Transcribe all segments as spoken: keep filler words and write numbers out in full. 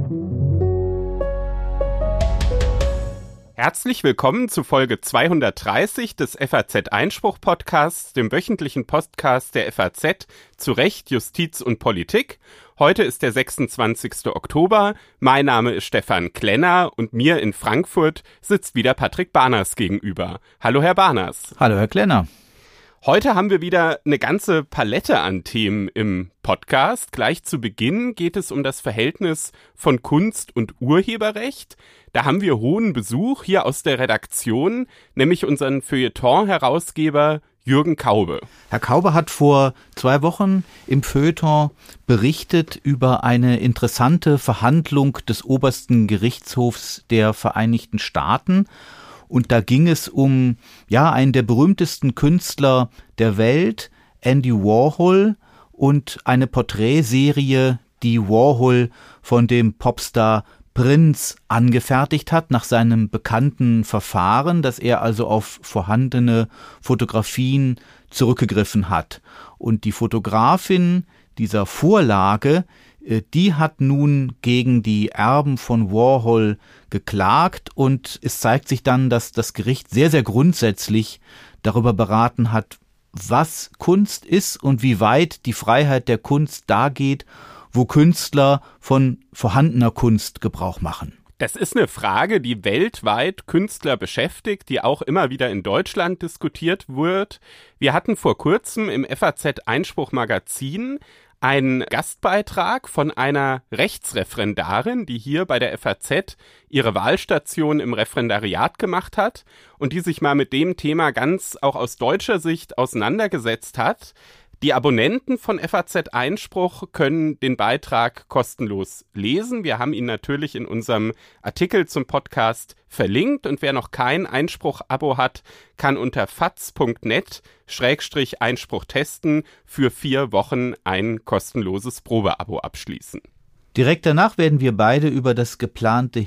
Herzlich willkommen zu Folge zweihundertdreißig des F A Z-Einspruch-Podcasts, dem wöchentlichen Podcast der F A Z zu Recht, Justiz und Politik. Heute ist der sechsundzwanzigster Oktober. Mein Name ist Stefan Klenner und mir in Frankfurt sitzt wieder Patrick Barners gegenüber. Hallo, Herr Barners. Hallo, Herr Klenner. Heute haben wir wieder eine ganze Palette an Themen im Podcast. Gleich zu Beginn geht es um das Verhältnis von Kunst und Urheberrecht. Da haben wir hohen Besuch hier aus der Redaktion, nämlich unseren Feuilleton-Herausgeber Jürgen Kaube. Herr Kaube hat vor zwei Wochen im Feuilleton berichtet über eine interessante Verhandlung des obersten Gerichtshofs der Vereinigten Staaten. Und da ging es um, ja, einen der berühmtesten Künstler der Welt, Andy Warhol, und eine Porträtserie, die Warhol von dem Popstar Prince angefertigt hat, nach seinem bekannten Verfahren, dass er also auf vorhandene Fotografien zurückgegriffen hat. Und die Fotografin dieser Vorlage, die hat nun gegen die Erben von Warhol geklagt, und es zeigt sich dann, dass das Gericht sehr, sehr grundsätzlich darüber beraten hat, was Kunst ist und wie weit die Freiheit der Kunst da geht, wo Künstler von vorhandener Kunst Gebrauch machen. Das ist eine Frage, die weltweit Künstler beschäftigt, die auch immer wieder in Deutschland diskutiert wird. Wir hatten vor kurzem im F A Z-Einspruch-Magazin einen Gastbeitrag von einer Rechtsreferendarin, die hier bei der F A Z ihre Wahlstation im Referendariat gemacht hat und die sich mal mit dem Thema ganz auch aus deutscher Sicht auseinandergesetzt hat. Die Abonnenten von F A Z-Einspruch können den Beitrag kostenlos lesen. Wir haben ihn natürlich in unserem Artikel zum Podcast verlinkt, und wer noch kein Einspruch-Abo hat, kann unter faz punkt net Schrägstrich Einspruch testen für vier Wochen ein kostenloses Probeabo abschließen. Direkt danach werden wir beide über das geplante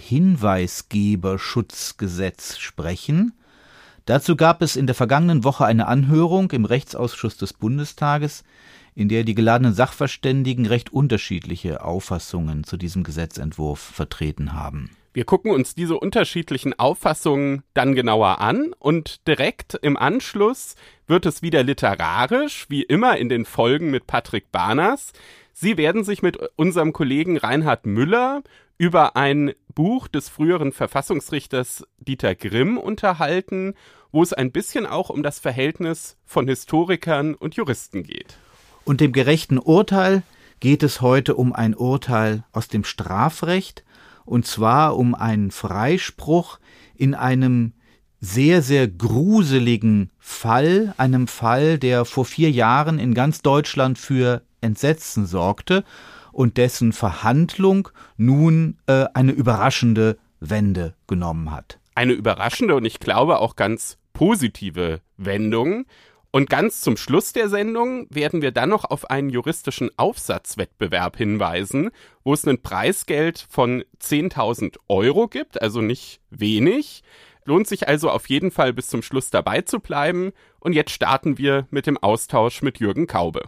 Hinweisgeberschutzgesetz sprechen. Dazu gab es in der vergangenen Woche eine Anhörung im Rechtsausschuss des Bundestages, in der die geladenen Sachverständigen recht unterschiedliche Auffassungen zu diesem Gesetzentwurf vertreten haben. Wir gucken uns diese unterschiedlichen Auffassungen dann genauer an, und direkt im Anschluss wird es wieder literarisch, wie immer in den Folgen mit Patrick Barners. Sie werden sich mit unserem Kollegen Reinhard Müller über ein Buch des früheren Verfassungsrichters Dieter Grimm unterhalten, wo es ein bisschen auch um das Verhältnis von Historikern und Juristen geht. Und dem gerechten Urteil geht es heute um ein Urteil aus dem Strafrecht, und zwar um einen Freispruch in einem sehr, sehr gruseligen Fall, einem Fall, der vor vier Jahren in ganz Deutschland für Entsetzen sorgte und dessen Verhandlung nun äh, eine überraschende Wende genommen hat. Eine überraschende und ich glaube auch ganz positive Wendung. Und ganz zum Schluss der Sendung werden wir dann noch auf einen juristischen Aufsatzwettbewerb hinweisen, wo es ein Preisgeld von zehntausend Euro gibt, also nicht wenig. Lohnt sich also auf jeden Fall bis zum Schluss dabei zu bleiben. Und jetzt starten wir mit dem Austausch mit Jürgen Kaube.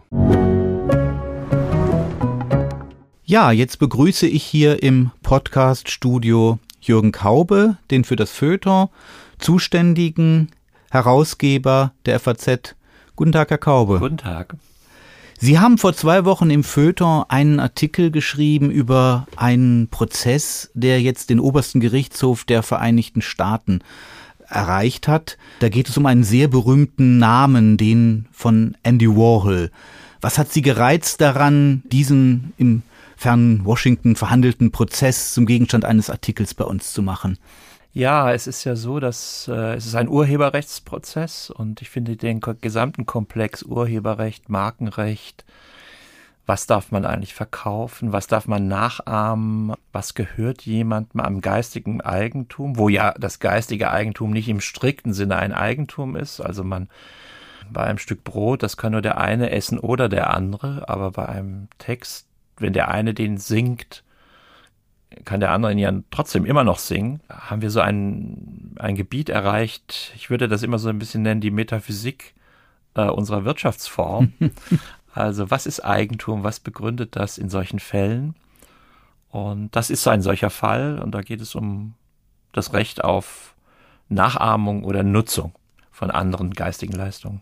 Ja, jetzt begrüße ich hier im Podcast-Studio Jürgen Kaube, den für das Feuilleton zuständigen Herausgeber der F A Z. Guten Tag, Herr Kaube. Guten Tag. Sie haben vor zwei Wochen im Feuilleton einen Artikel geschrieben über einen Prozess, der jetzt den obersten Gerichtshof der Vereinigten Staaten erreicht hat. Da geht es um einen sehr berühmten Namen, den von Andy Warhol. Was hat Sie gereizt daran, diesen im fernen Washington verhandelten Prozess zum Gegenstand eines Artikels bei uns zu machen? Ja, es ist ja so, dass äh, es ist ein Urheberrechtsprozess, und ich finde den ko- gesamten Komplex Urheberrecht, Markenrecht, was darf man eigentlich verkaufen, was darf man nachahmen, was gehört jemandem am geistigen Eigentum, wo ja das geistige Eigentum nicht im strikten Sinne ein Eigentum ist, also man bei einem Stück Brot, das kann nur der eine essen oder der andere, aber bei einem Text, wenn der eine den singt, kann der andere ihn ja trotzdem immer noch singen. Haben wir so ein, ein Gebiet erreicht, ich würde das immer so ein bisschen nennen, die Metaphysik äh, unserer Wirtschaftsform. Also was ist Eigentum, was begründet das in solchen Fällen? Und das ist so ein solcher Fall. Und da geht es um das Recht auf Nachahmung oder Nutzung von anderen geistigen Leistungen.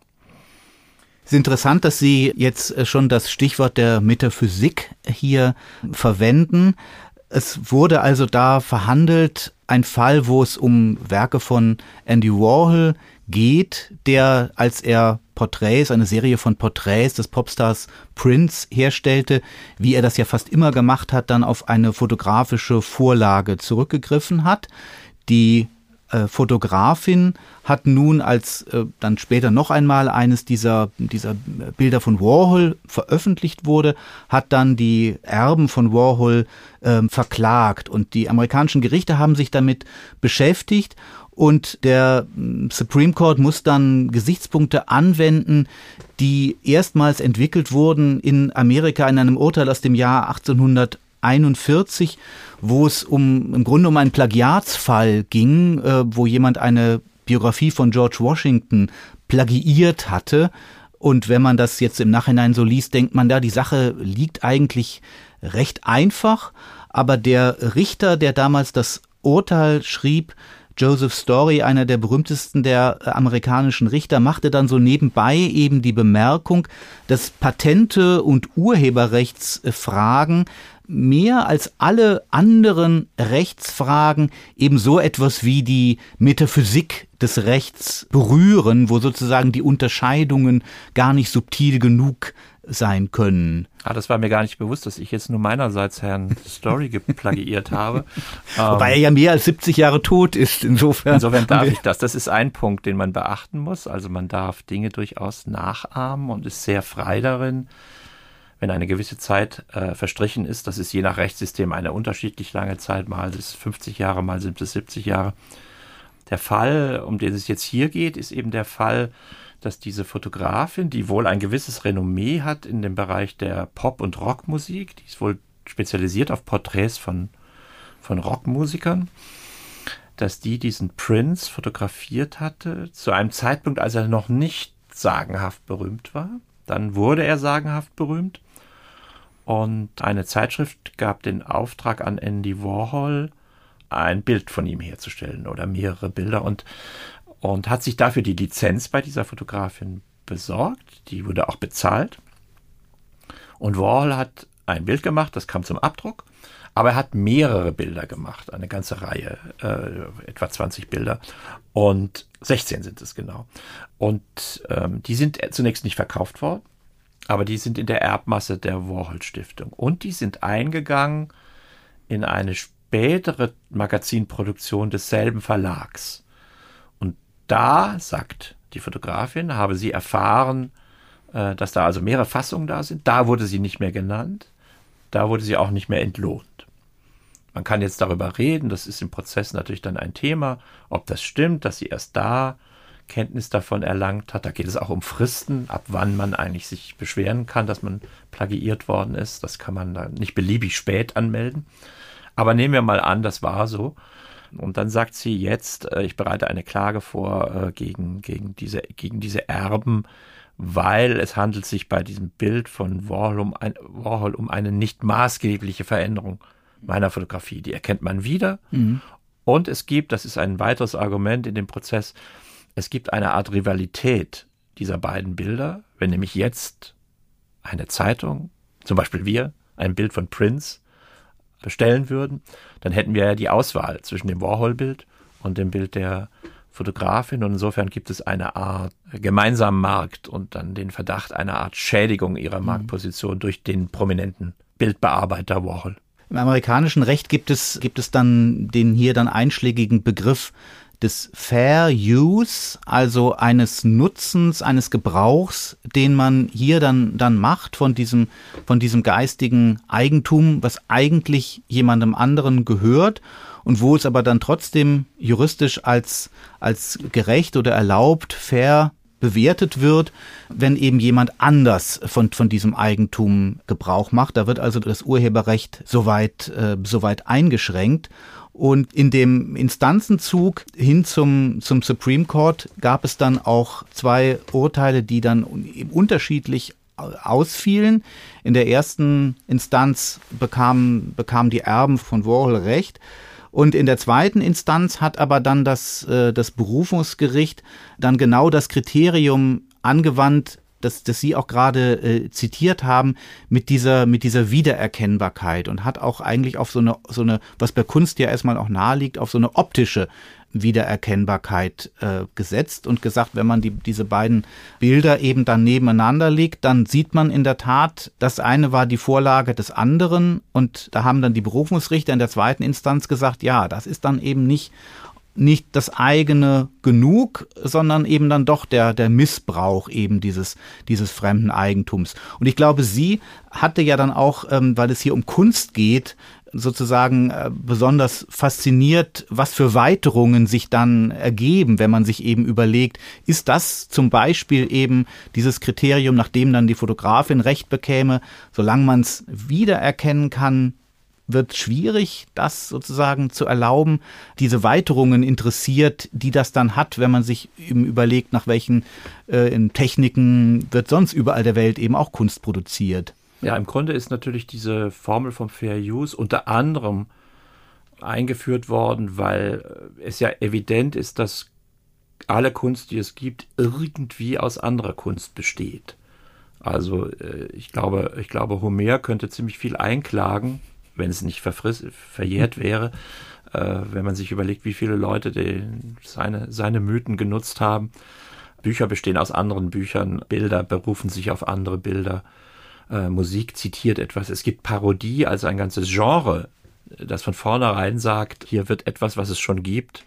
Es ist interessant, dass Sie jetzt schon das Stichwort der Metaphysik hier verwenden. Es wurde also da verhandelt, ein Fall, wo es um Werke von Andy Warhol geht, der, als er Porträts, eine Serie von Porträts des Popstars Prince herstellte, wie er das ja fast immer gemacht hat, dann auf eine fotografische Vorlage zurückgegriffen hat. Die äh, Fotografin hat nun, als äh, dann später noch einmal eines dieser, dieser Bilder von Warhol veröffentlicht wurde, hat dann die Erben von Warhol äh, verklagt. Und die amerikanischen Gerichte haben sich damit beschäftigt. Und der Supreme Court muss dann Gesichtspunkte anwenden, die erstmals entwickelt wurden in Amerika in einem Urteil aus dem Jahr achtzehnhunderteinundvierzig, wo es um im Grunde um einen Plagiatsfall ging, äh, wo jemand eine Biografie von George Washington plagiiert hatte. Und wenn man das jetzt im Nachhinein so liest, denkt man, da die Sache liegt eigentlich recht einfach. Aber der Richter, der damals das Urteil schrieb, Joseph Story, einer der berühmtesten der amerikanischen Richter, machte dann so nebenbei eben die Bemerkung, dass Patente- und Urheberrechtsfragen mehr als alle anderen Rechtsfragen eben so etwas wie die Metaphysik des Rechts berühren, wo sozusagen die Unterscheidungen gar nicht subtil genug sein können. Ah, das war mir gar nicht bewusst, dass ich jetzt nur meinerseits Herrn Story geplagiiert habe. Wobei er ja mehr als siebzig Jahre tot ist, insofern. Insofern darf ich das. Das ist ein Punkt, den man beachten muss. Also man darf Dinge durchaus nachahmen und ist sehr frei darin, wenn eine gewisse Zeit äh, verstrichen ist. Das ist je nach Rechtssystem eine unterschiedlich lange Zeit. Mal ist es fünfzig Jahre, mal sind es siebzig Jahre. Der Fall, um den es jetzt hier geht, ist eben der Fall, dass diese Fotografin, die wohl ein gewisses Renommee hat in dem Bereich der Pop- und Rockmusik, die ist wohl spezialisiert auf Porträts von, von Rockmusikern, dass die diesen Prince fotografiert hatte, zu einem Zeitpunkt, als er noch nicht sagenhaft berühmt war. Dann wurde er sagenhaft berühmt und eine Zeitschrift gab den Auftrag an Andy Warhol, ein Bild von ihm herzustellen oder mehrere Bilder und und hat sich dafür die Lizenz bei dieser Fotografin besorgt. Die wurde auch bezahlt. Und Warhol hat ein Bild gemacht, das kam zum Abdruck, aber er hat mehrere Bilder gemacht, eine ganze Reihe, äh, etwa zwanzig Bilder. Und sechzehn sind es genau. Und ähm, die sind zunächst nicht verkauft worden, aber die sind in der Erbmasse der Warhol-Stiftung. Und die sind eingegangen in eine spätere Magazinproduktion desselben Verlags. Da, sagt die Fotografin, habe sie erfahren, äh, dass da also mehrere Fassungen da sind. Da wurde sie nicht mehr genannt. Da wurde sie auch nicht mehr entlohnt. Man kann jetzt darüber reden, das ist im Prozess natürlich dann ein Thema, ob das stimmt, dass sie erst da Kenntnis davon erlangt hat. Da geht es auch um Fristen, ab wann man eigentlich sich beschweren kann, dass man plagiiert worden ist. Das kann man dann nicht beliebig spät anmelden. Aber nehmen wir mal an, das war so. Und dann sagt sie jetzt, äh, ich bereite eine Klage vor äh, gegen, gegen, diese, gegen diese Erben, weil es handelt sich bei diesem Bild von Warhol um, ein, Warhol um eine nicht maßgebliche Veränderung meiner Fotografie. Die erkennt man wieder. Mhm. Und es gibt, das ist ein weiteres Argument in dem Prozess, es gibt eine Art Rivalität dieser beiden Bilder. Wenn nämlich jetzt eine Zeitung, zum Beispiel wir, ein Bild von Prince bestellen würden, dann hätten wir ja die Auswahl zwischen dem Warhol-Bild und dem Bild der Fotografin. Und insofern gibt es eine Art gemeinsamen Markt und dann den Verdacht einer Art Schädigung ihrer mhm. Marktposition durch den prominenten Bildbearbeiter Warhol. Im amerikanischen Recht gibt es, gibt es dann den hier dann einschlägigen Begriff des Fair Use, also eines Nutzens, eines Gebrauchs, den man hier dann, dann macht von diesem, von diesem geistigen Eigentum, was eigentlich jemandem anderen gehört und wo es aber dann trotzdem juristisch als, als gerecht oder erlaubt, fair bewertet wird, wenn eben jemand anders von, von diesem Eigentum Gebrauch macht. Da wird also das Urheberrecht soweit, äh, soweit eingeschränkt. Und in dem Instanzenzug hin zum, zum Supreme Court gab es dann auch zwei Urteile, die dann unterschiedlich ausfielen. In der ersten Instanz bekamen, bekamen die Erben von Warhol Recht. Und in der zweiten Instanz hat aber dann das, äh, das Berufungsgericht dann genau das Kriterium angewandt, das, das Sie auch gerade äh, zitiert haben, mit dieser, mit dieser Wiedererkennbarkeit und hat auch eigentlich auf so eine, so eine, was bei Kunst ja erstmal auch naheliegt, auf so eine optische Wiedererkennbarkeit äh, gesetzt und gesagt, wenn man die, diese beiden Bilder eben dann nebeneinander legt, dann sieht man in der Tat, das eine war die Vorlage des anderen und da haben dann die Berufungsrichter in der zweiten Instanz gesagt, ja, das ist dann eben nicht nicht das eigene genug, sondern eben dann doch der, der Missbrauch eben dieses, dieses fremden Eigentums. Und ich glaube, sie hatte ja dann auch, ähm, weil es hier um Kunst geht, sozusagen äh, besonders fasziniert, was für Weiterungen sich dann ergeben, wenn man sich eben überlegt, ist das zum Beispiel eben dieses Kriterium, nachdem dann die Fotografin Recht bekäme, solange man es wiedererkennen kann, wird schwierig, das sozusagen zu erlauben. Diese Weiterungen interessiert, die das dann hat, wenn man sich eben überlegt, nach welchen äh, in Techniken wird sonst überall der Welt eben auch Kunst produziert. Ja, im Grunde ist natürlich diese Formel vom Fair Use unter anderem eingeführt worden, weil es ja evident ist, dass alle Kunst, die es gibt, irgendwie aus anderer Kunst besteht. Also äh, ich glaube, ich glaube, Homer könnte ziemlich viel einklagen, wenn es nicht verfriss, verjährt wäre, äh, wenn man sich überlegt, wie viele Leute die, seine, seine Mythen genutzt haben. Bücher bestehen aus anderen Büchern, Bilder berufen sich auf andere Bilder, äh, Musik zitiert etwas. Es gibt Parodie als ein ganzes Genre, das von vornherein sagt, hier wird etwas, was es schon gibt,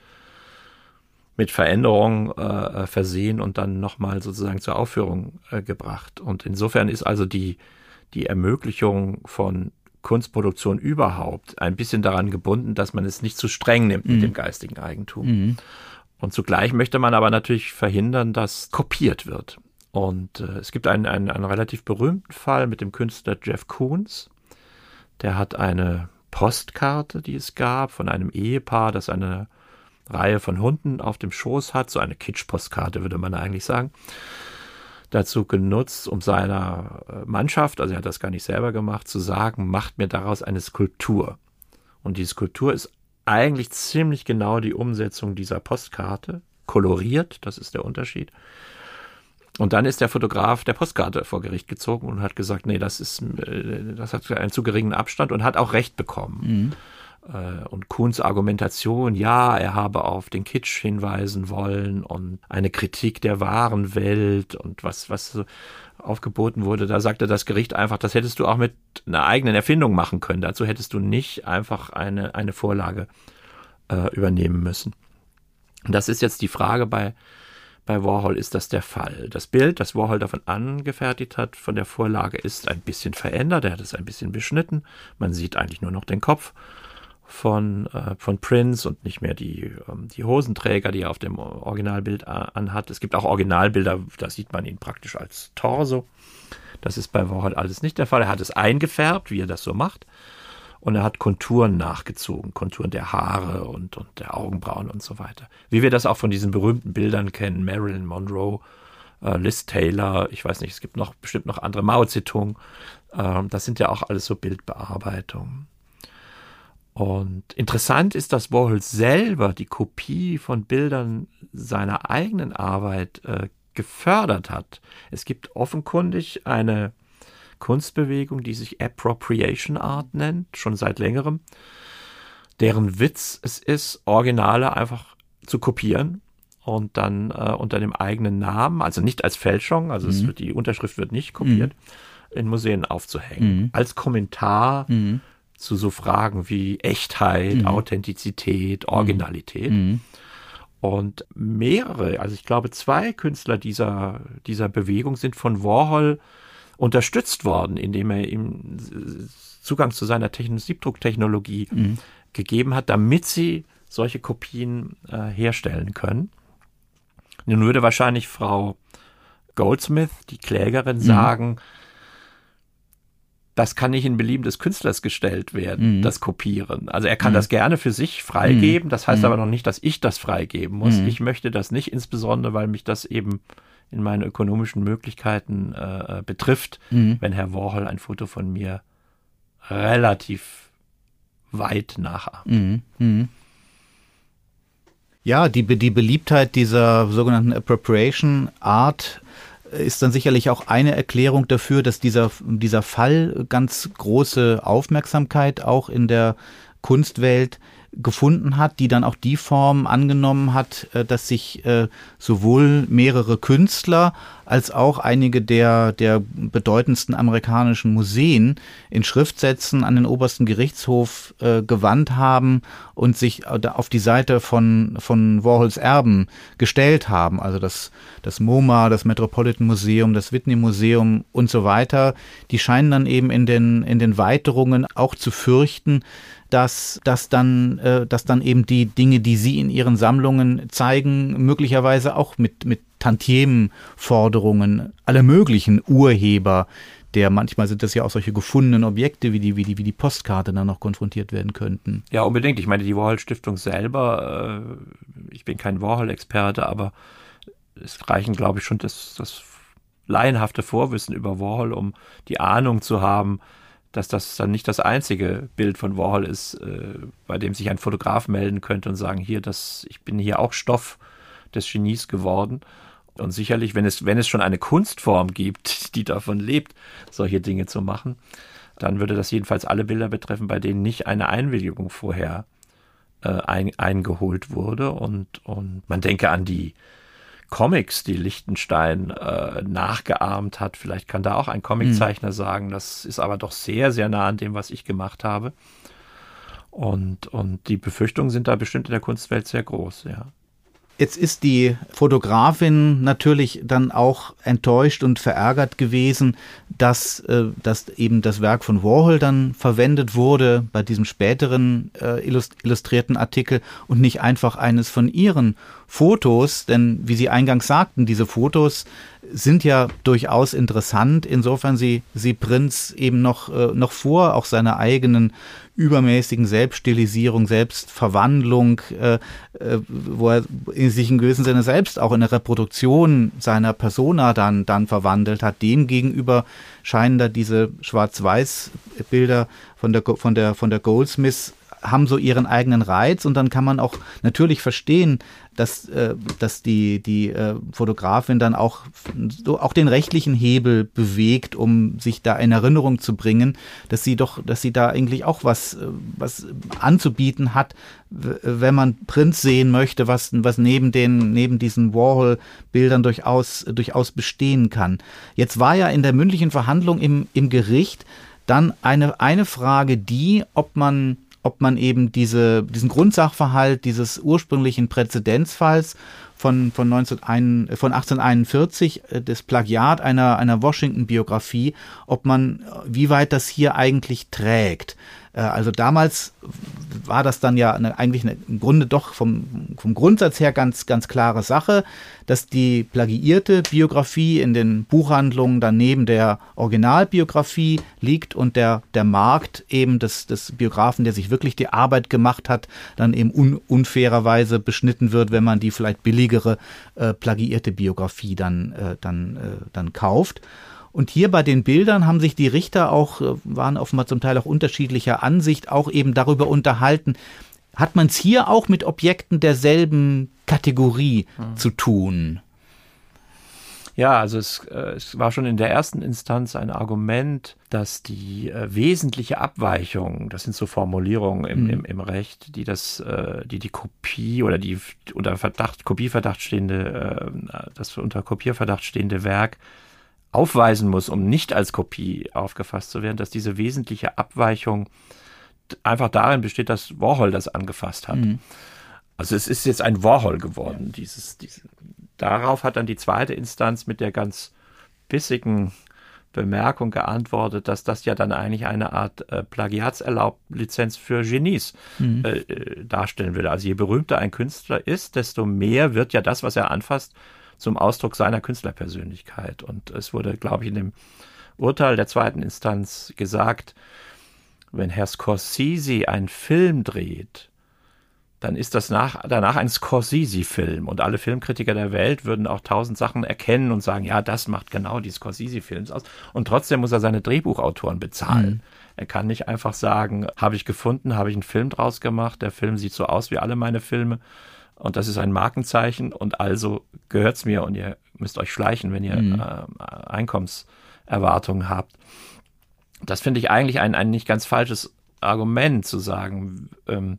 mit Veränderungen äh, versehen und dann nochmal sozusagen zur Aufführung äh, gebracht. Und insofern ist also die, die Ermöglichung von Kunstproduktion überhaupt ein bisschen daran gebunden, dass man es nicht zu streng nimmt mit mhm. dem geistigen Eigentum. Mhm. Und zugleich möchte man aber natürlich verhindern, dass kopiert wird. Und äh, es gibt einen, einen, einen relativ berühmten Fall mit dem Künstler Jeff Koons. Der hat eine Postkarte, die es gab, von einem Ehepaar, das eine Reihe von Hunden auf dem Schoß hat, so eine Kitsch-Postkarte würde man eigentlich sagen, dazu genutzt, um seiner Mannschaft, also er hat das gar nicht selber gemacht, zu sagen, macht mir daraus eine Skulptur. Und die Skulptur ist eigentlich ziemlich genau die Umsetzung dieser Postkarte, koloriert, das ist der Unterschied. Und dann ist der Fotograf der Postkarte vor Gericht gezogen und hat gesagt, nee, das ist, das hat einen zu geringen Abstand und hat auch Recht bekommen. Mhm. Und Koons Argumentation, ja, er habe auf den Kitsch hinweisen wollen und eine Kritik der wahren Welt und was, was so aufgeboten wurde, da sagte das Gericht einfach, das hättest du auch mit einer eigenen Erfindung machen können. Dazu hättest du nicht einfach eine, eine Vorlage äh, übernehmen müssen. Und das ist jetzt die Frage bei, bei Warhol, ist das der Fall? Das Bild, das Warhol davon angefertigt hat, von der Vorlage, ist ein bisschen verändert, er hat es ein bisschen beschnitten, man sieht eigentlich nur noch den Kopf von äh, von Prince und nicht mehr die ähm, die Hosenträger, die er auf dem Originalbild anhat. Es gibt auch Originalbilder, da sieht man ihn praktisch als Torso. Das ist bei Warhol alles nicht der Fall. Er hat es eingefärbt, wie er das so macht, und er hat Konturen nachgezogen, Konturen der Haare und und der Augenbrauen und so weiter. Wie wir das auch von diesen berühmten Bildern kennen, Marilyn Monroe, äh, Liz Taylor, ich weiß nicht, es gibt noch bestimmt noch andere, Mao Zedong. Äh, das sind ja auch alles so Bildbearbeitungen. Und interessant ist, dass Warhol selber die Kopie von Bildern seiner eigenen Arbeit äh, gefördert hat. Es gibt offenkundig eine Kunstbewegung, die sich Appropriation Art nennt, schon seit längerem, deren Witz es ist, Originale einfach zu kopieren und dann äh, unter dem eigenen Namen, also nicht als Fälschung, also mhm. es wird, die Unterschrift wird nicht kopiert, mhm. in Museen aufzuhängen. Mhm. Als Kommentar mhm. zu so Fragen wie Echtheit, mhm. Authentizität, Originalität. Mhm. Und mehrere, also ich glaube zwei Künstler dieser, dieser Bewegung sind von Warhol unterstützt worden, indem er ihm Zugang zu seiner Techn- Siebdrucktechnologie mhm. gegeben hat, damit sie solche Kopien äh, herstellen können. Nun würde wahrscheinlich Frau Goldsmith, die Klägerin, mhm. sagen, das kann nicht in Belieben des Künstlers gestellt werden, mhm. das Kopieren. Also er kann mhm. das gerne für sich freigeben, das heißt mhm. aber noch nicht, dass ich das freigeben muss. Mhm. Ich möchte das nicht, insbesondere, weil mich das eben in meinen ökonomischen Möglichkeiten äh, betrifft, mhm. wenn Herr Warhol ein Foto von mir relativ weit nachahmt. Mhm. Mhm. Ja, die, die Beliebtheit dieser sogenannten Appropriation Art ist dann sicherlich auch eine Erklärung dafür, dass dieser, dieser Fall ganz große Aufmerksamkeit auch in der Kunstwelt gefunden hat, die dann auch die Form angenommen hat, dass sich sowohl mehrere Künstler als auch einige der, der bedeutendsten amerikanischen Museen in Schriftsätzen an den obersten Gerichtshof äh, gewandt haben und sich auf die Seite von, von Warhols Erben gestellt haben. Also das, das MoMA, das Metropolitan Museum, das Whitney Museum und so weiter. Die scheinen dann eben in den, in den Weiterungen auch zu fürchten, dass, dass, dann, äh, dass dann eben die Dinge, die sie in ihren Sammlungen zeigen, möglicherweise auch mit, mit Tantiemenforderungen aller möglichen Urheber, der manchmal sind das ja auch solche gefundenen Objekte wie die, wie die, wie die Postkarte dann noch konfrontiert werden könnten. Ja, unbedingt. Ich meine, die Warhol-Stiftung selber, äh, ich bin kein Warhol-Experte, aber es reichen, glaube ich, schon das, das laienhafte Vorwissen über Warhol, um die Ahnung zu haben, dass das dann nicht das einzige Bild von Warhol ist, äh, bei dem sich ein Fotograf melden könnte und sagen, hier, das, ich bin hier auch Stoff des Genies geworden. Und sicherlich, wenn es, wenn es schon eine Kunstform gibt, die davon lebt, solche Dinge zu machen, dann würde das jedenfalls alle Bilder betreffen, bei denen nicht eine Einwilligung vorher äh, ein, eingeholt wurde. Und, und man denke an die Comics, die Lichtenstein äh, nachgeahmt hat. Vielleicht kann da auch ein Comiczeichner mhm. sagen, das ist aber doch sehr, sehr nah an dem, was ich gemacht habe. Und, und die Befürchtungen sind da bestimmt in der Kunstwelt sehr groß, ja. Jetzt ist die Fotografin natürlich dann auch enttäuscht und verärgert gewesen, dass, äh, dass eben das Werk von Warhol dann verwendet wurde bei diesem späteren äh, illustrierten Artikel und nicht einfach eines von ihren Fotos, denn wie Sie eingangs sagten, diese Fotos sind ja durchaus interessant, insofern sie, sie Prinz eben noch, äh, noch vor auch seiner eigenen übermäßigen Selbststilisierung, Selbstverwandlung, äh, äh, wo er sich in gewissem Sinne selbst auch in der Reproduktion seiner Persona dann, dann verwandelt hat. Demgegenüber scheinen da diese Schwarz-Weiß-Bilder von der, von der, von der Goldsmith haben so ihren eigenen Reiz und dann kann man auch natürlich verstehen, dass, äh, dass die, die äh, Fotografin dann auch, so auch den rechtlichen Hebel bewegt, um sich da in Erinnerung zu bringen, dass sie doch, dass sie da eigentlich auch was, was anzubieten hat, wenn man Prints sehen möchte, was, was neben den, neben diesen Warhol-Bildern durchaus, durchaus bestehen kann. Jetzt war ja in der mündlichen Verhandlung im, im Gericht dann eine, eine Frage, die, ob man ob man eben diese, diesen Grundsachverhalt dieses ursprünglichen Präzedenzfalls von, von, neunzehnhunderteins, von achtzehnhunderteinundvierzig, des Plagiat einer, einer Washington-Biografie, ob man, wie weit das hier eigentlich trägt. Also damals war das dann ja eine, eigentlich eine, im Grunde doch vom, vom Grundsatz her ganz, ganz klare Sache, dass die plagiierte Biografie in den Buchhandlungen dann neben der Originalbiografie liegt und der, der Markt eben des, des Biografen, der sich wirklich die Arbeit gemacht hat, dann eben un, unfairerweise beschnitten wird, wenn man die vielleicht billigere äh, plagiierte Biografie dann, äh, dann, äh, dann kauft. Und hier bei den Bildern haben sich die Richter auch, waren offenbar zum Teil auch unterschiedlicher Ansicht, auch eben darüber unterhalten, hat man es hier auch mit Objekten derselben Kategorie hm. zu tun? Ja, also es, äh, es war schon in der ersten Instanz ein Argument, dass die äh, wesentliche Abweichung, das sind so Formulierungen im, hm. im, im Recht, die das, äh, die die Kopie oder die unter Verdacht, Kopieverdacht stehende, äh, das unter Kopierverdacht stehende Werk aufweisen muss, um nicht als Kopie aufgefasst zu werden, dass diese wesentliche Abweichung einfach darin besteht, dass Warhol das angefasst hat. Mhm. Also es ist jetzt ein Warhol geworden. Dieses, diese, darauf hat dann die zweite Instanz mit der ganz bissigen Bemerkung geantwortet, dass das ja dann eigentlich eine Art äh, Plagiatserlaublizenz für Genies mhm. äh, darstellen würde. Also je berühmter ein Künstler ist, desto mehr wird ja das, was er anfasst, zum Ausdruck seiner Künstlerpersönlichkeit. Und es wurde, glaube ich, in dem Urteil der zweiten Instanz gesagt, wenn Herr Scorsese einen Film dreht, dann ist das nach, danach ein Scorsese-Film. Und alle Filmkritiker der Welt würden auch tausend Sachen erkennen und sagen, ja, das macht genau die Scorsese-Films aus. Und trotzdem muss er seine Drehbuchautoren bezahlen. Mhm. Er kann nicht einfach sagen, habe ich gefunden, habe ich einen Film draus gemacht, der Film sieht so aus wie alle meine Filme und das ist ein Markenzeichen und also gehört es mir und ihr müsst euch schleichen, wenn ihr mhm. äh, Einkommenserwartungen habt. Das finde ich eigentlich ein, ein nicht ganz falsches Argument, zu sagen, ähm,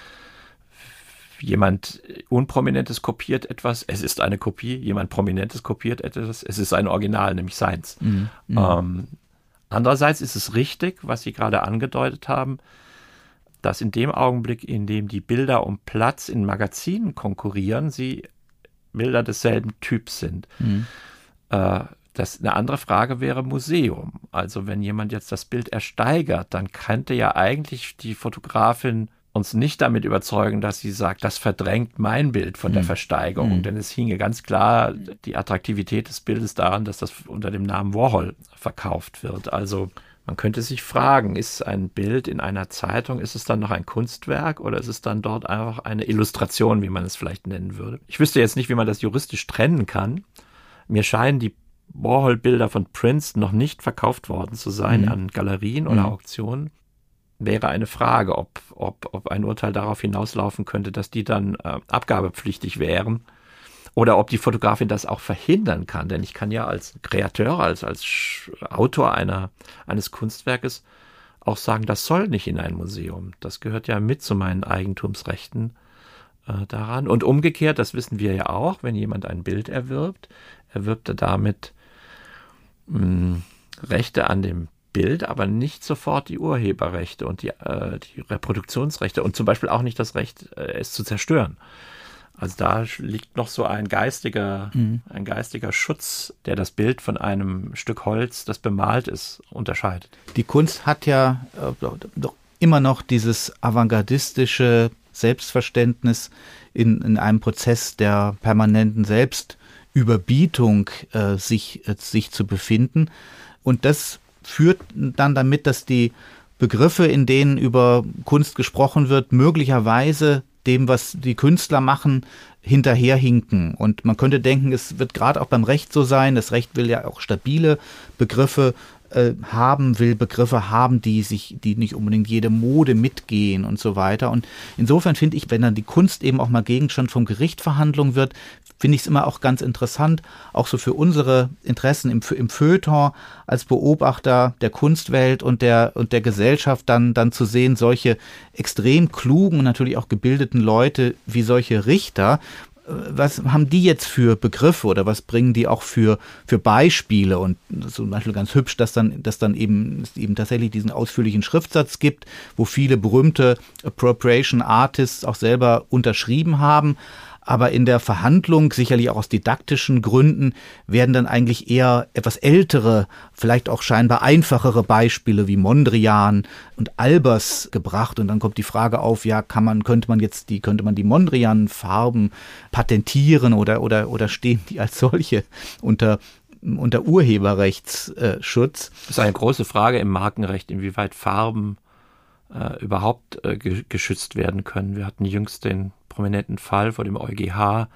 jemand Unprominentes kopiert etwas, es ist eine Kopie, jemand Prominentes kopiert etwas, es ist ein Original, nämlich seins. Mhm. Ähm, andererseits ist es richtig, was Sie gerade angedeutet haben, dass in dem Augenblick, in dem die Bilder um Platz in Magazinen konkurrieren, sie Bilder desselben Typs sind. Mhm. Äh, das, eine andere Frage wäre Museum. Also wenn jemand jetzt das Bild ersteigert, dann könnte ja eigentlich die Fotografin uns nicht damit überzeugen, dass sie sagt, das verdrängt mein Bild von der mhm. Versteigerung. Mhm. Denn es hinge ganz klar die Attraktivität des Bildes daran, dass das unter dem Namen Warhol verkauft wird. Also man könnte sich fragen, ist ein Bild in einer Zeitung, ist es dann noch ein Kunstwerk oder ist es dann dort einfach eine Illustration, wie man es vielleicht nennen würde? Ich wüsste jetzt nicht, wie man das juristisch trennen kann. Mir scheinen die Warhol-Bilder von Prince noch nicht verkauft worden zu sein mhm. an Galerien oder mhm. Auktionen. Wäre eine Frage, ob, ob, ob ein Urteil darauf hinauslaufen könnte, dass die dann äh, abgabepflichtig wären oder ob die Fotografin das auch verhindern kann. Denn ich kann ja als Kreateur, als, als Autor einer, eines Kunstwerkes auch sagen, das soll nicht in ein Museum. Das gehört ja mit zu meinen Eigentumsrechten äh, daran. Und umgekehrt, das wissen wir ja auch, wenn jemand ein Bild erwirbt, erwirbt er damit mh, Rechte an dem Bild, aber nicht sofort die Urheberrechte und die, äh, die Reproduktionsrechte und zum Beispiel auch nicht das Recht, äh, es zu zerstören. Also da liegt noch so ein geistiger, mhm. ein geistiger Schutz, der das Bild von einem Stück Holz, das bemalt ist, unterscheidet. Die Kunst hat ja äh, doch immer noch dieses avantgardistische Selbstverständnis in, in einem Prozess der permanenten Selbstüberbietung äh, sich, äh, sich zu befinden. Und das führt dann damit, dass die Begriffe, in denen über Kunst gesprochen wird, möglicherweise dem, was die Künstler machen, hinterherhinken. Und man könnte denken, es wird gerade auch beim Recht so sein. Das Recht will ja auch stabile Begriffe äh, haben, will Begriffe haben, die sich, die nicht unbedingt jede Mode mitgehen und so weiter. Und insofern finde ich, wenn dann die Kunst eben auch mal Gegenstand von Gerichtsverhandlungen wird, finde ich es immer auch ganz interessant, auch so für unsere Interessen im, im Feuilleton als Beobachter der Kunstwelt und der, und der Gesellschaft dann, dann zu sehen, solche extrem klugen und natürlich auch gebildeten Leute wie solche Richter. Was haben die jetzt für Begriffe oder was bringen die auch für, für Beispiele? Und zum Beispiel ganz hübsch, dass dann, dass dann eben, es eben tatsächlich diesen ausführlichen Schriftsatz gibt, wo viele berühmte Appropriation Artists auch selber unterschrieben haben. Aber in der Verhandlung, sicherlich auch aus didaktischen Gründen, werden dann eigentlich eher etwas ältere, vielleicht auch scheinbar einfachere Beispiele wie Mondrian und Albers gebracht. Und dann kommt die Frage auf, ja, kann man, könnte man jetzt die, könnte man die Mondrian-Farben patentieren oder, oder, oder stehen die als solche unter unter Urheberrechtsschutz? Das ist eine große Frage im Markenrecht, inwieweit Farben äh, überhaupt äh, ge- geschützt werden können. Wir hatten jüngst den prominenten Fall vor dem EuGH,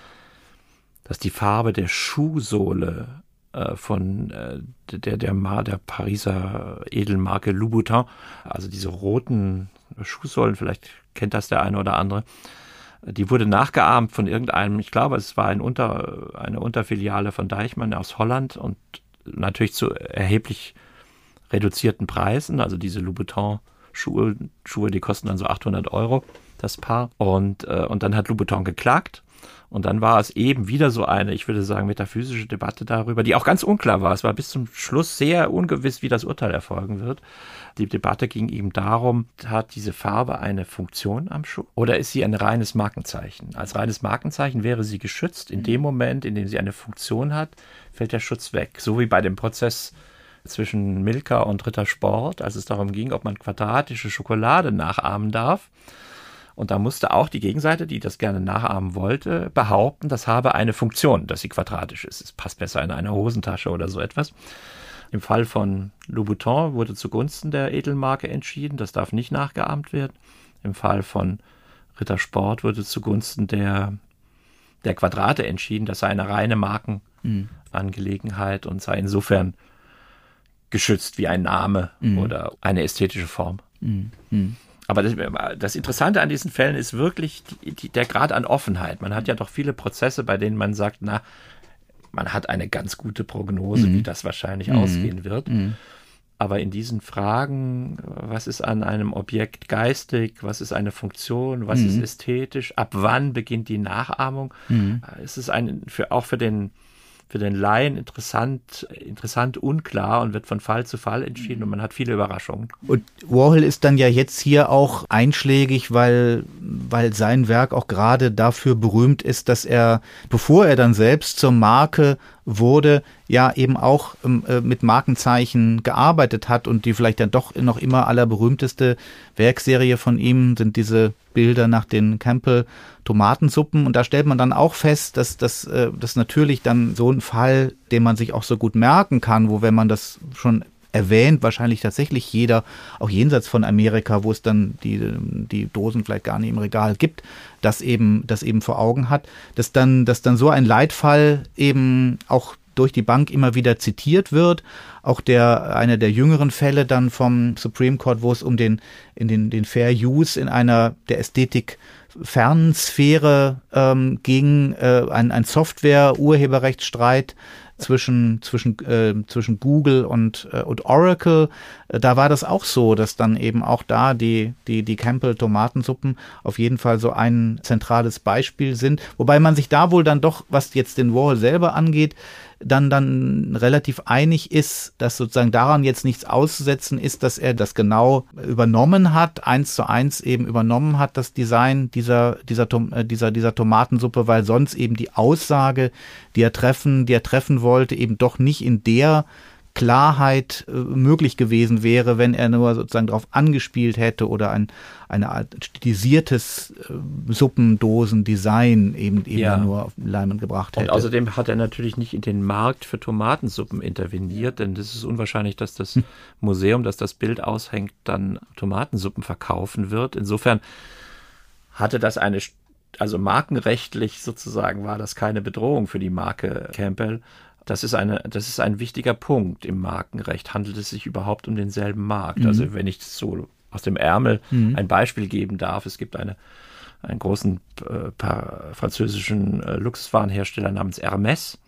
dass die Farbe der Schuhsohle äh, von äh, der, der, der, der Pariser Edelmarke Louboutin, also diese roten Schuhsohlen, vielleicht kennt das der eine oder andere, die wurde nachgeahmt von irgendeinem, ich glaube, es war ein Unter, eine Unterfiliale von Deichmann aus Holland und natürlich zu erheblich reduzierten Preisen, also diese Louboutin-Schuhe, Schuhe, die kosten dann so achthundert Euro. Das Paar. Und, äh, und dann hat Louboutin geklagt. Und dann war es eben wieder so eine, ich würde sagen, metaphysische Debatte darüber, die auch ganz unklar war. Es war bis zum Schluss sehr ungewiss, wie das Urteil erfolgen wird. Die Debatte ging eben darum, hat diese Farbe eine Funktion am Schuh oder ist sie ein reines Markenzeichen? Als reines Markenzeichen wäre sie geschützt. In dem Moment, in dem sie eine Funktion hat, fällt der Schutz weg. So wie bei dem Prozess zwischen Milka und Ritter Sport, als es darum ging, ob man quadratische Schokolade nachahmen darf. Und da musste auch die Gegenseite, die das gerne nachahmen wollte, behaupten, das habe eine Funktion, dass sie quadratisch ist. Es passt besser in eine Hosentasche oder so etwas. Im Fall von Louboutin wurde zugunsten der Edelmarke entschieden, das darf nicht nachgeahmt werden. Im Fall von Rittersport wurde zugunsten der, der Quadrate entschieden, das sei eine reine Markenangelegenheit mhm. und sei insofern geschützt wie ein Name mhm. oder eine ästhetische Form. Mhm. Aber das, das Interessante an diesen Fällen ist wirklich die, die, der Grad an Offenheit. Man hat ja doch viele Prozesse, bei denen man sagt, na, man hat eine ganz gute Prognose, mhm. wie das wahrscheinlich mhm. ausgehen wird. Mhm. Aber in diesen Fragen, was ist an einem Objekt geistig, was ist eine Funktion, was mhm. ist ästhetisch, ab wann beginnt die Nachahmung, mhm. ist es ein, für, auch für den für den Laien interessant, interessant unklar und wird von Fall zu Fall entschieden und man hat viele Überraschungen. Und Warhol ist dann ja jetzt hier auch einschlägig, weil, weil sein Werk auch gerade dafür berühmt ist, dass er, bevor er dann selbst zur Marke wurde, ja eben auch äh, mit Markenzeichen gearbeitet hat und die vielleicht dann doch noch immer allerberühmteste Werkserie von ihm sind diese Bilder nach den Campbell Tomatensuppen und da stellt man dann auch fest, dass das äh, das natürlich dann so ein Fall, den man sich auch so gut merken kann, wo wenn man das schon erwähnt, wahrscheinlich tatsächlich jeder, auch jenseits von Amerika, wo es dann die die Dosen vielleicht gar nicht im Regal gibt, das eben das eben vor Augen hat, dass dann dass dann so ein Leitfall eben auch durch die Bank immer wieder zitiert wird. Auch der einer der jüngeren Fälle dann vom Supreme Court, wo es um den in den den Fair Use in einer der Ästhetik fernen Sphäre ähm, ging, äh, ein ein Software-Urheberrechtsstreit zwischen zwischen äh, zwischen Google und äh, und Oracle. Äh, da war das auch so, dass dann eben auch da die die die Campbell Tomatensuppen auf jeden Fall so ein zentrales Beispiel sind, wobei man sich da wohl dann doch, was jetzt den Warhol selber angeht, dann dann relativ einig ist, dass sozusagen daran jetzt nichts auszusetzen ist, dass er das genau übernommen hat, eins zu eins eben übernommen hat, das Design dieser dieser dieser dieser Tomatensuppe, weil sonst eben die Aussage, die er treffen, die er treffen wollte, eben doch nicht in der Klarheit äh, möglich gewesen wäre, wenn er nur sozusagen darauf angespielt hätte oder ein eine Art stilisiertes äh, Suppendosen-Design eben eben ja. nur auf Leinwand gebracht hätte. Und außerdem hat er natürlich nicht in den Markt für Tomatensuppen interveniert, denn das ist unwahrscheinlich, dass das hm. Museum, das das Bild aushängt, dann Tomatensuppen verkaufen wird. Insofern hatte das eine, also markenrechtlich sozusagen war das keine Bedrohung für die Marke Campbell. Das ist eine, das ist ein wichtiger Punkt im Markenrecht. Handelt es sich überhaupt um denselben Markt? Mhm. Also wenn ich so aus dem Ärmel mhm. ein Beispiel geben darf, es gibt eine, einen großen äh, paar, französischen äh, Luxuswarenhersteller namens Hermès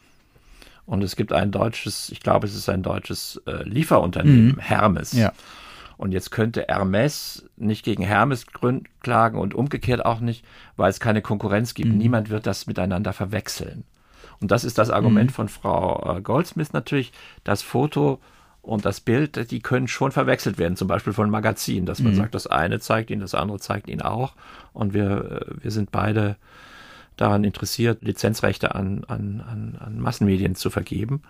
und es gibt ein deutsches, ich glaube es ist ein deutsches äh, Lieferunternehmen, mhm. Hermes. Ja. Und jetzt könnte Hermès nicht gegen Hermes klagen und umgekehrt auch nicht, weil es keine Konkurrenz gibt. Mhm. Niemand wird das miteinander verwechseln. Und das ist das Argument mhm. von Frau Goldsmith natürlich, das Foto und das Bild, die können schon verwechselt werden, zum Beispiel von Magazinen, dass man mhm. sagt, das eine zeigt ihn, das andere zeigt ihn auch und wir, wir sind beide daran interessiert, Lizenzrechte an, an, an, an Massenmedien zu vergeben.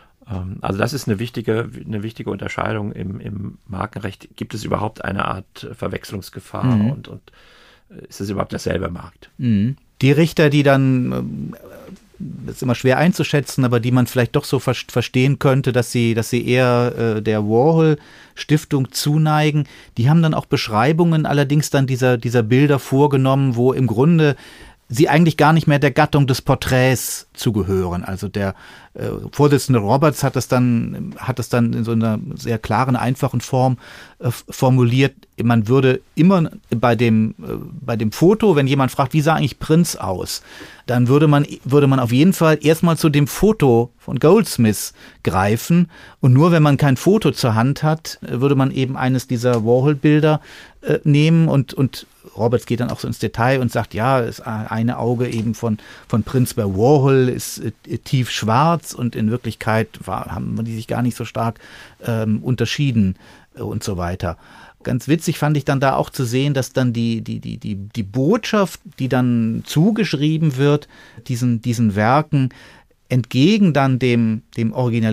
Also das ist eine wichtige, eine wichtige Unterscheidung im, im Markenrecht. Gibt es überhaupt eine Art Verwechslungsgefahr mhm. und, und ist es überhaupt derselbe Markt? Mhm. Die Richter, die dann das ist immer schwer einzuschätzen, aber die man vielleicht doch so ver- verstehen könnte, dass sie, dass sie eher äh, der Warhol-Stiftung zuneigen. Die haben dann auch Beschreibungen allerdings dann dieser, dieser Bilder vorgenommen, wo im Grunde sie eigentlich gar nicht mehr der Gattung des Porträts zugehören. Also der äh, Vorsitzende Roberts hat das dann, hat das dann in so einer sehr klaren, einfachen Form äh, formuliert. Man würde immer bei dem, äh, bei dem Foto, wenn jemand fragt, wie sah eigentlich Prinz aus, dann würde man, würde man auf jeden Fall erstmal zu dem Foto von Goldsmith greifen. Und nur wenn man kein Foto zur Hand hat, würde man eben eines dieser Warhol-Bilder äh, nehmen und, und Roberts geht dann auch so ins Detail und sagt, ja, das eine Auge eben von, von Prinz bei Warhol ist äh, tief schwarz und in Wirklichkeit war, haben die sich gar nicht so stark ähm, unterschieden äh, und so weiter. Ganz witzig fand ich dann da auch zu sehen, dass dann die, die, die, die, die Botschaft, die dann zugeschrieben wird, diesen, diesen Werken, entgegen dann dem, dem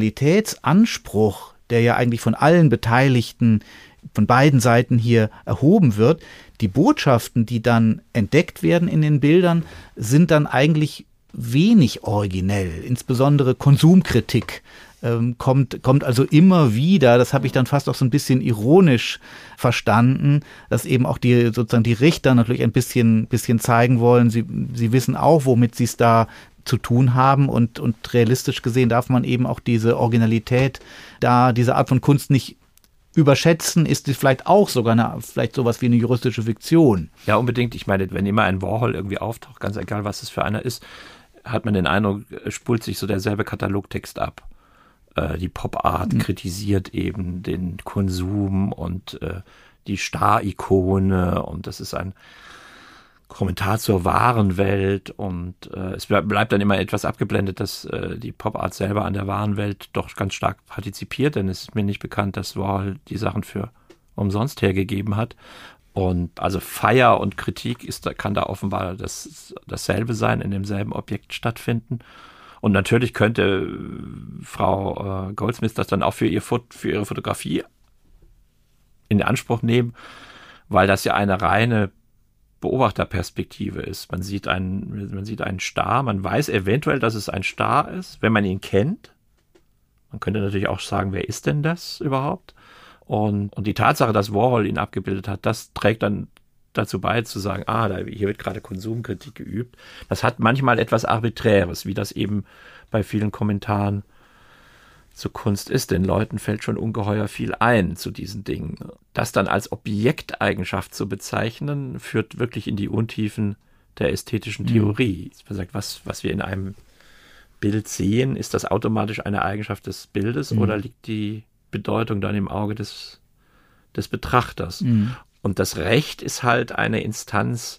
Originalitätsanspruch, der ja eigentlich von allen Beteiligten von beiden Seiten hier erhoben wird, die Botschaften, die dann entdeckt werden in den Bildern, sind dann eigentlich wenig originell, insbesondere Konsumkritik ähm, kommt, kommt also immer wieder, das habe ich dann fast auch so ein bisschen ironisch verstanden, dass eben auch die sozusagen die Richter natürlich ein bisschen, bisschen zeigen wollen, sie, sie wissen auch, womit sie es da zu tun haben und, und realistisch gesehen darf man eben auch diese Originalität da, diese Art von Kunst nicht überschätzen, ist es vielleicht auch sogar eine, vielleicht sowas wie eine juristische Fiktion. Ja, unbedingt. Ich meine, wenn immer ein Warhol irgendwie auftaucht, ganz egal, was es für einer ist, hat man den Eindruck, spult sich so derselbe Katalogtext ab. Äh, die Pop-Art mhm. kritisiert eben den Konsum und äh, die Star-Ikone und das ist ein Kommentar zur wahren Welt und äh, es bleibt dann immer etwas abgeblendet, dass äh, die Pop-Art selber an der wahren Welt doch ganz stark partizipiert, denn es ist mir nicht bekannt, dass Warhol die Sachen für umsonst hergegeben hat. Und also Feier und Kritik ist, kann da offenbar das, dasselbe sein, in demselben Objekt stattfinden. Und natürlich könnte Frau äh, Goldsmith das dann auch für, ihr Fot- für ihre Fotografie in Anspruch nehmen, weil das ja eine reine Beobachterperspektive ist. Man sieht einen, man sieht einen Star, man weiß eventuell, dass es ein Star ist, wenn man ihn kennt. Man könnte natürlich auch sagen, wer ist denn das überhaupt? Und, und die Tatsache, dass Warhol ihn abgebildet hat, das trägt dann dazu bei, zu sagen, ah, da, hier wird gerade Konsumkritik geübt. Das hat manchmal etwas Arbiträres, wie das eben bei vielen Kommentaren zur Kunst ist. Den Leuten fällt schon ungeheuer viel ein zu diesen Dingen. Das dann als Objekteigenschaft zu bezeichnen, führt wirklich in die Untiefen der ästhetischen Theorie. Mhm. Man sagt, was, was wir in einem Bild sehen, ist das automatisch eine Eigenschaft des Bildes mhm. oder liegt die Bedeutung dann im Auge des, des Betrachters? Mhm. Und das Recht ist halt eine Instanz,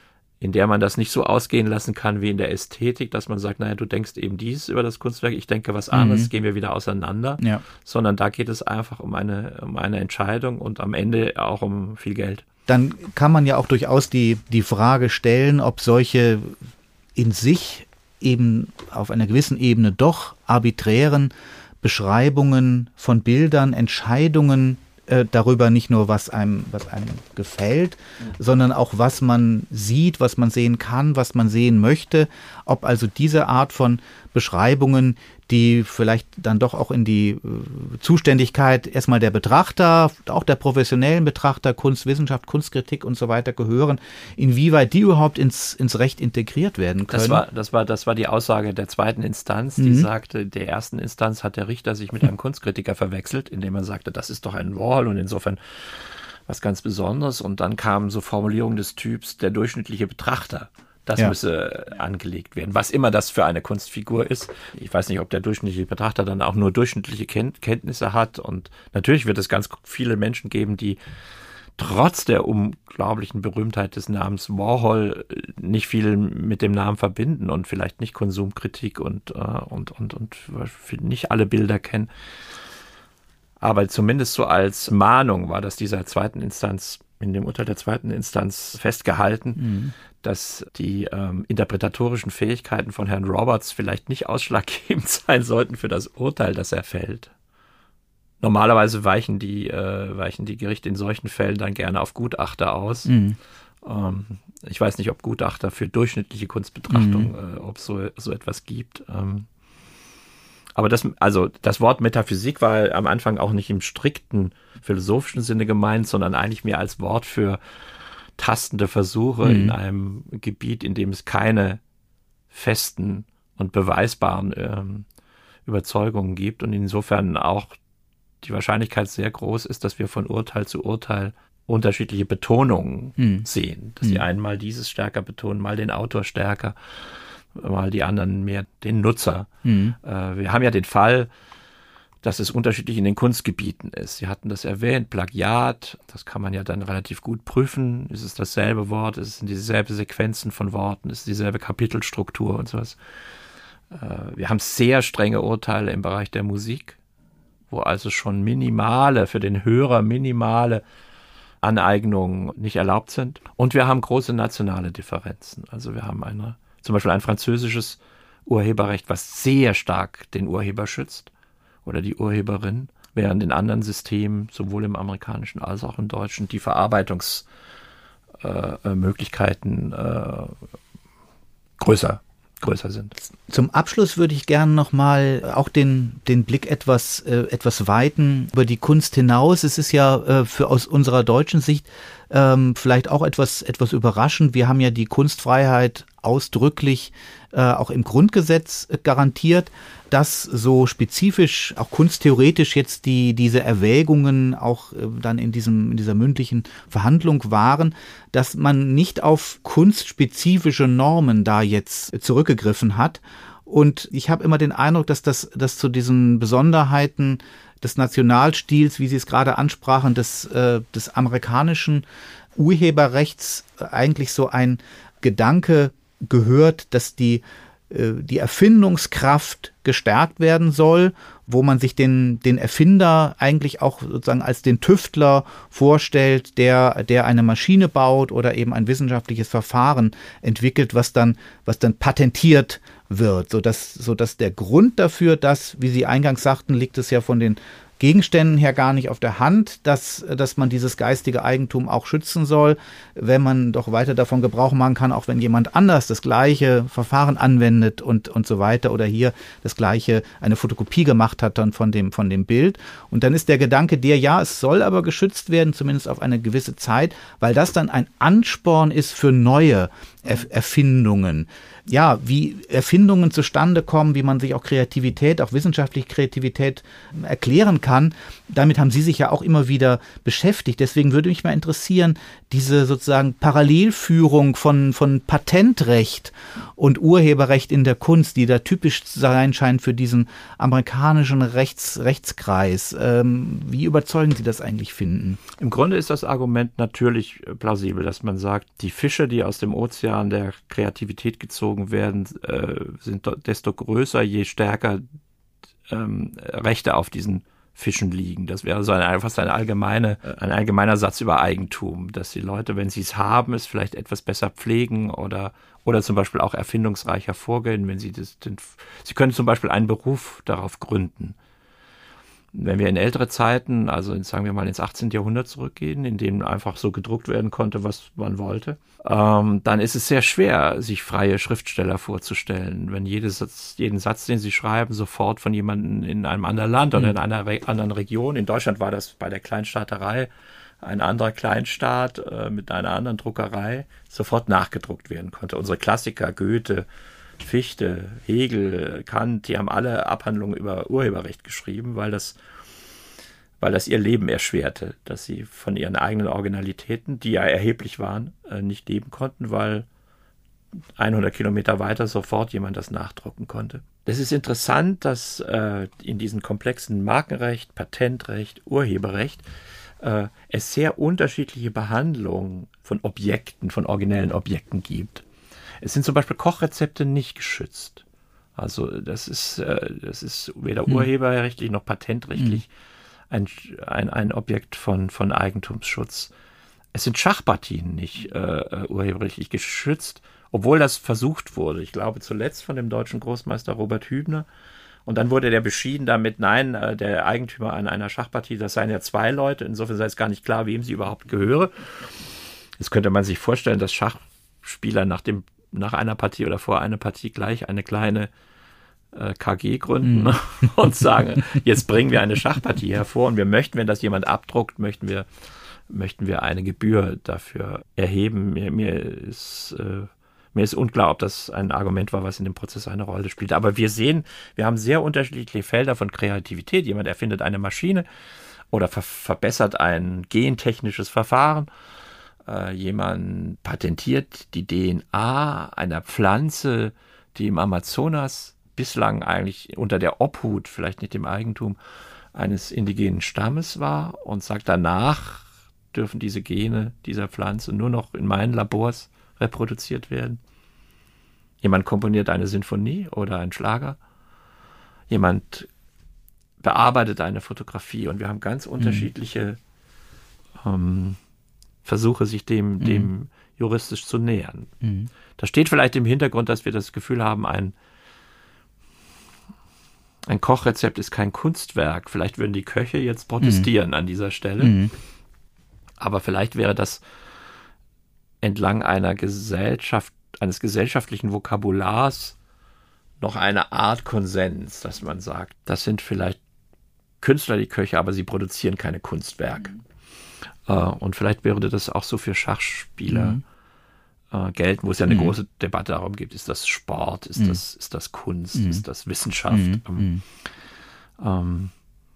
in der man das nicht so ausgehen lassen kann wie in der Ästhetik, dass man sagt, naja, du denkst eben dies über das Kunstwerk, ich denke was anderes, mhm. gehen wir wieder auseinander. Ja. Sondern da geht es einfach um eine, um eine Entscheidung und am Ende auch um viel Geld. Dann kann man ja auch durchaus die, die Frage stellen, ob solche in sich eben auf einer gewissen Ebene doch arbiträren Beschreibungen von Bildern, Entscheidungen darüber nicht nur, was einem, was einem gefällt, mhm. sondern auch, was man sieht, was man sehen kann, was man sehen möchte. Ob also diese Art von Beschreibungen, die vielleicht dann doch auch in die äh, Zuständigkeit erstmal der Betrachter, auch der professionellen Betrachter, Kunstwissenschaft, Kunstkritik und so weiter gehören, inwieweit die überhaupt ins, ins Recht integriert werden können. Das war, das war, das war die Aussage der zweiten Instanz, die mhm. sagte, der ersten Instanz hat der Richter sich mit einem Kunstkritiker verwechselt, indem er sagte, das ist doch ein Warhol und insofern was ganz Besonderes. Und dann kamen so Formulierungen des Typs, der durchschnittliche Betrachter. Das ja. müsse angelegt werden, was immer das für eine Kunstfigur ist. Ich weiß nicht, ob der durchschnittliche Betrachter dann auch nur durchschnittliche Ken- Kenntnisse hat. Und natürlich wird es ganz viele Menschen geben, die trotz der unglaublichen Berühmtheit des Namens Warhol nicht viel mit dem Namen verbinden und vielleicht nicht Konsumkritik und, äh, und, und, und nicht alle Bilder kennen. Aber zumindest so als Mahnung war das dieser zweiten Instanz, in dem Urteil der zweiten Instanz festgehalten, mhm. dass die ähm, interpretatorischen Fähigkeiten von Herrn Roberts vielleicht nicht ausschlaggebend sein sollten für das Urteil, das er fällt. Normalerweise weichen die, äh, weichen die Gerichte in solchen Fällen dann gerne auf Gutachter aus. Mhm. Ähm, ich weiß nicht, ob Gutachter für durchschnittliche Kunstbetrachtung, mhm. äh, ob es so, so etwas gibt. Ähm, aber das, also das Wort Metaphysik war am Anfang auch nicht im strikten philosophischen Sinne gemeint, sondern eigentlich mehr als Wort für tastende Versuche mhm. in einem Gebiet, in dem es keine festen und beweisbaren ähm, Überzeugungen gibt und insofern auch die Wahrscheinlichkeit sehr groß ist, dass wir von Urteil zu Urteil unterschiedliche Betonungen mhm. sehen. Dass mhm. die einen mal dieses stärker betonen, mal den Autor stärker, mal die anderen mehr den Nutzer. Mhm. Äh, wir haben ja den Fall, dass es unterschiedlich in den Kunstgebieten ist. Sie hatten das erwähnt, Plagiat, das kann man ja dann relativ gut prüfen. Ist es dasselbe Wort? Ist es dieselbe Sequenzen von Worten? Ist es dieselbe Kapitelstruktur und sowas? Äh, wir haben sehr strenge Urteile im Bereich der Musik, wo also schon minimale, für den Hörer minimale Aneignungen nicht erlaubt sind. Und wir haben große nationale Differenzen. Also wir haben eine, zum Beispiel ein französisches Urheberrecht, was sehr stark den Urheber schützt oder die Urheberin, während in anderen Systemen, sowohl im amerikanischen als auch im deutschen, die Verarbeitungsmöglichkeiten äh, äh, größer größer sind. Zum Abschluss würde ich gerne nochmal auch den, den Blick etwas, äh, etwas weiten über die Kunst hinaus. Es ist ja äh, für aus unserer deutschen Sicht ähm, vielleicht auch etwas, etwas überraschend. Wir haben ja die Kunstfreiheit ausdrücklich äh, auch im Grundgesetz äh, garantiert, dass so spezifisch, auch kunsttheoretisch jetzt die, diese Erwägungen auch äh, dann in diesem, in dieser mündlichen Verhandlung waren, dass man nicht auf kunstspezifische Normen da jetzt zurückgegriffen hat. Und ich habe immer den Eindruck, dass das, dass zu diesen Besonderheiten des Nationalstils, wie Sie es gerade ansprachen, des, äh, des amerikanischen Urheberrechts eigentlich so ein Gedanke gehört, dass die, äh, die Erfindungskraft gestärkt werden soll, wo man sich den, den Erfinder eigentlich auch sozusagen als den Tüftler vorstellt, der, der eine Maschine baut oder eben ein wissenschaftliches Verfahren entwickelt, was dann, was dann patentiert wird, sodass, sodass der Grund dafür, dass, wie Sie eingangs sagten, liegt es ja von den Gegenständen her gar nicht auf der Hand, dass, dass man dieses geistige Eigentum auch schützen soll, wenn man doch weiter davon Gebrauch machen kann, auch wenn jemand anders das gleiche Verfahren anwendet und, und so weiter oder hier das gleiche, eine Fotokopie gemacht hat dann von dem, von dem Bild. Und dann ist der Gedanke der, ja, es soll aber geschützt werden, zumindest auf eine gewisse Zeit, weil das dann ein Ansporn ist für neue Erf- Erfindungen. Ja, wie Erfindungen zustande kommen, wie man sich auch Kreativität, auch wissenschaftliche Kreativität erklären kann. Damit haben Sie sich ja auch immer wieder beschäftigt. Deswegen würde mich mal interessieren, diese sozusagen Parallelführung von, von Patentrecht und Urheberrecht in der Kunst, die da typisch zu sein scheint für diesen amerikanischen Rechts, Rechtskreis. Ähm, wie überzeugend Sie das eigentlich finden? Im Grunde ist das Argument natürlich plausibel, dass man sagt, die Fische, die aus dem Ozean der Kreativität gezogen werden, äh, sind desto größer, je stärker ähm, Rechte auf diesen Fischen liegen. Das wäre so eine, fast eine allgemeine, ein allgemeiner Satz über Eigentum, dass die Leute, wenn sie es haben, es vielleicht etwas besser pflegen oder, oder zum Beispiel auch erfindungsreicher vorgehen, wenn sie das, den, sie können zum Beispiel einen Beruf darauf gründen. Wenn wir in ältere Zeiten, also sagen wir mal ins achtzehnten Jahrhundert zurückgehen, in dem einfach so gedruckt werden konnte, was man wollte, ähm, dann ist es sehr schwer, sich freie Schriftsteller vorzustellen, wenn jedes Satz, jeden Satz, den sie schreiben, sofort von jemandem in einem anderen Land oder in einer re- anderen Region. In Deutschland war das bei der Kleinstaaterei ein anderer Kleinstaat äh, mit einer anderen Druckerei sofort nachgedruckt werden konnte. Unsere Klassiker, Goethe, Fichte, Hegel, Kant, die haben alle Abhandlungen über Urheberrecht geschrieben, weil das, weil das ihr Leben erschwerte, dass sie von ihren eigenen Originalitäten, die ja erheblich waren, nicht leben konnten, weil hundert Kilometer weiter sofort jemand das nachdrucken konnte. Es ist interessant, dass äh, in diesem komplexen Markenrecht, Patentrecht, Urheberrecht äh, es sehr unterschiedliche Behandlungen von Objekten, von originellen Objekten gibt. Es sind zum Beispiel Kochrezepte nicht geschützt. Also das ist, äh, das ist weder urheberrechtlich noch patentrechtlich ein, ein, ein Objekt von, von Eigentumsschutz. Es sind Schachpartien nicht äh, urheberrechtlich geschützt, obwohl das versucht wurde. Ich glaube zuletzt von dem deutschen Großmeister Robert Hübner. Und dann wurde der beschieden damit, nein, äh, der Eigentümer an einer Schachpartie, das seien ja zwei Leute. Insofern sei es gar nicht klar, wem sie überhaupt gehöre. Jetzt könnte man sich vorstellen, dass Schachspieler nach dem nach einer Partie oder vor einer Partie gleich eine kleine äh, K G gründen mm. und sagen, jetzt bringen wir eine Schachpartie hervor und wir möchten, wenn das jemand abdruckt, möchten wir, möchten wir eine Gebühr dafür erheben. Mir, mir ist, äh, mir ist unklar, ob das ein Argument war, was in dem Prozess eine Rolle spielt. Aber wir sehen, wir haben sehr unterschiedliche Felder von Kreativität. Jemand erfindet eine Maschine oder ver- verbessert ein gentechnisches Verfahren. Jemand patentiert die D N A einer Pflanze, die im Amazonas bislang eigentlich unter der Obhut, vielleicht nicht dem Eigentum eines indigenen Stammes war und sagt, danach dürfen diese Gene dieser Pflanze nur noch in meinen Labors reproduziert werden. Jemand komponiert eine Sinfonie oder einen Schlager. Jemand bearbeitet eine Fotografie und wir haben ganz unterschiedliche mhm. ähm, Versuche, sich dem, dem mhm. juristisch zu nähern. Mhm. Da steht vielleicht im Hintergrund, dass wir das Gefühl haben, ein, ein Kochrezept ist kein Kunstwerk. Vielleicht würden die Köche jetzt protestieren mhm. an dieser Stelle. Mhm. Aber vielleicht wäre das entlang einer Gesellschaft, eines gesellschaftlichen Vokabulars noch eine Art Konsens, dass man sagt, das sind vielleicht Künstler, die Köche, aber sie produzieren keine Kunstwerke. Mhm. Äh, und vielleicht würde das auch so für Schachspieler mhm. äh, gelten, wo es ja eine mhm. große Debatte darum gibt, ist das Sport, ist, mhm. das, ist das Kunst, mhm. ist das Wissenschaft? Mhm. Ähm, ähm,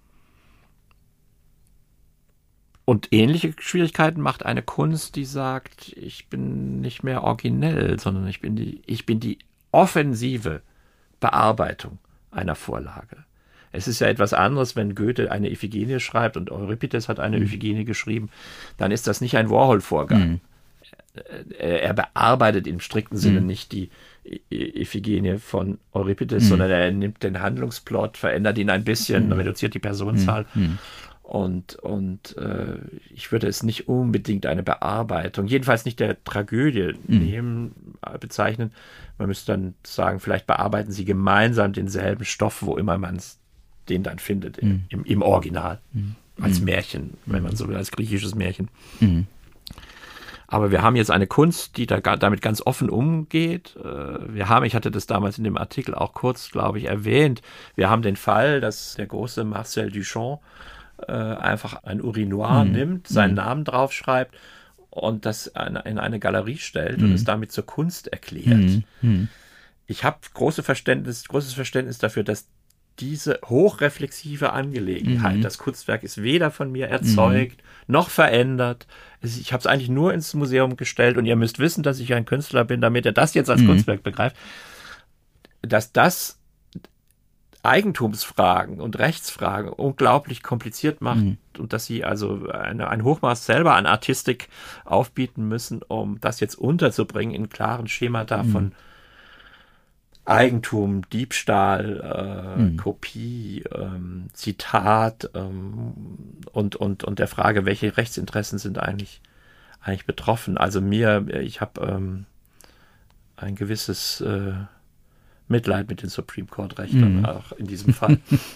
und ähnliche Schwierigkeiten macht eine Kunst, die sagt, ich bin nicht mehr originell, sondern ich bin die, ich bin die offensive Bearbeitung einer Vorlage. Es ist ja etwas anderes, wenn Goethe eine Iphigenie schreibt und Euripides hat eine mhm. Iphigenie geschrieben, dann ist das nicht ein Warhol-Vorgang. Mhm. Er, er bearbeitet im strikten Sinne mhm. nicht die Iphigenie von Euripides, mhm. sondern er nimmt den Handlungsplot, verändert ihn ein bisschen, mhm. reduziert die Personenzahl. Mhm. Und, und äh, ich würde es nicht unbedingt eine Bearbeitung, jedenfalls nicht der Tragödie mhm. nehmen, bezeichnen. Man müsste dann sagen, vielleicht bearbeiten sie gemeinsam denselben Stoff, wo immer man den dann findet, mhm. im, im Original. Mhm. Als Märchen, wenn man so will, als griechisches Märchen. Mhm. Aber wir haben jetzt eine Kunst, die da damit ganz offen umgeht. Wir haben, ich hatte das damals in dem Artikel auch kurz, glaube ich, erwähnt, wir haben den Fall, dass der große Marcel Duchamp äh, einfach ein Urinoir mhm. nimmt, seinen mhm. Namen draufschreibt und das in eine Galerie stellt mhm. und es damit zur Kunst erklärt. Mhm. Ich habe große Verständnis, großes Verständnis dafür, dass diese hochreflexive Angelegenheit, mhm. das Kunstwerk ist weder von mir erzeugt, mhm. noch verändert. Ich habe es eigentlich nur ins Museum gestellt und ihr müsst wissen, dass ich ein Künstler bin, damit ihr das jetzt als mhm. Kunstwerk begreift. Dass das Eigentumsfragen und Rechtsfragen unglaublich kompliziert macht mhm. und dass sie also eine, ein Hochmaß selber an Artistik aufbieten müssen, um das jetzt unterzubringen in klaren Schemata mhm. von Eigentum, Diebstahl, äh, mhm. Kopie, ähm, Zitat ähm, und, und, und der Frage, welche Rechtsinteressen sind eigentlich, eigentlich betroffen. Also mir, ich habe ähm, ein gewisses äh, Mitleid mit den Supreme Court Richtern, mhm. auch in diesem Fall.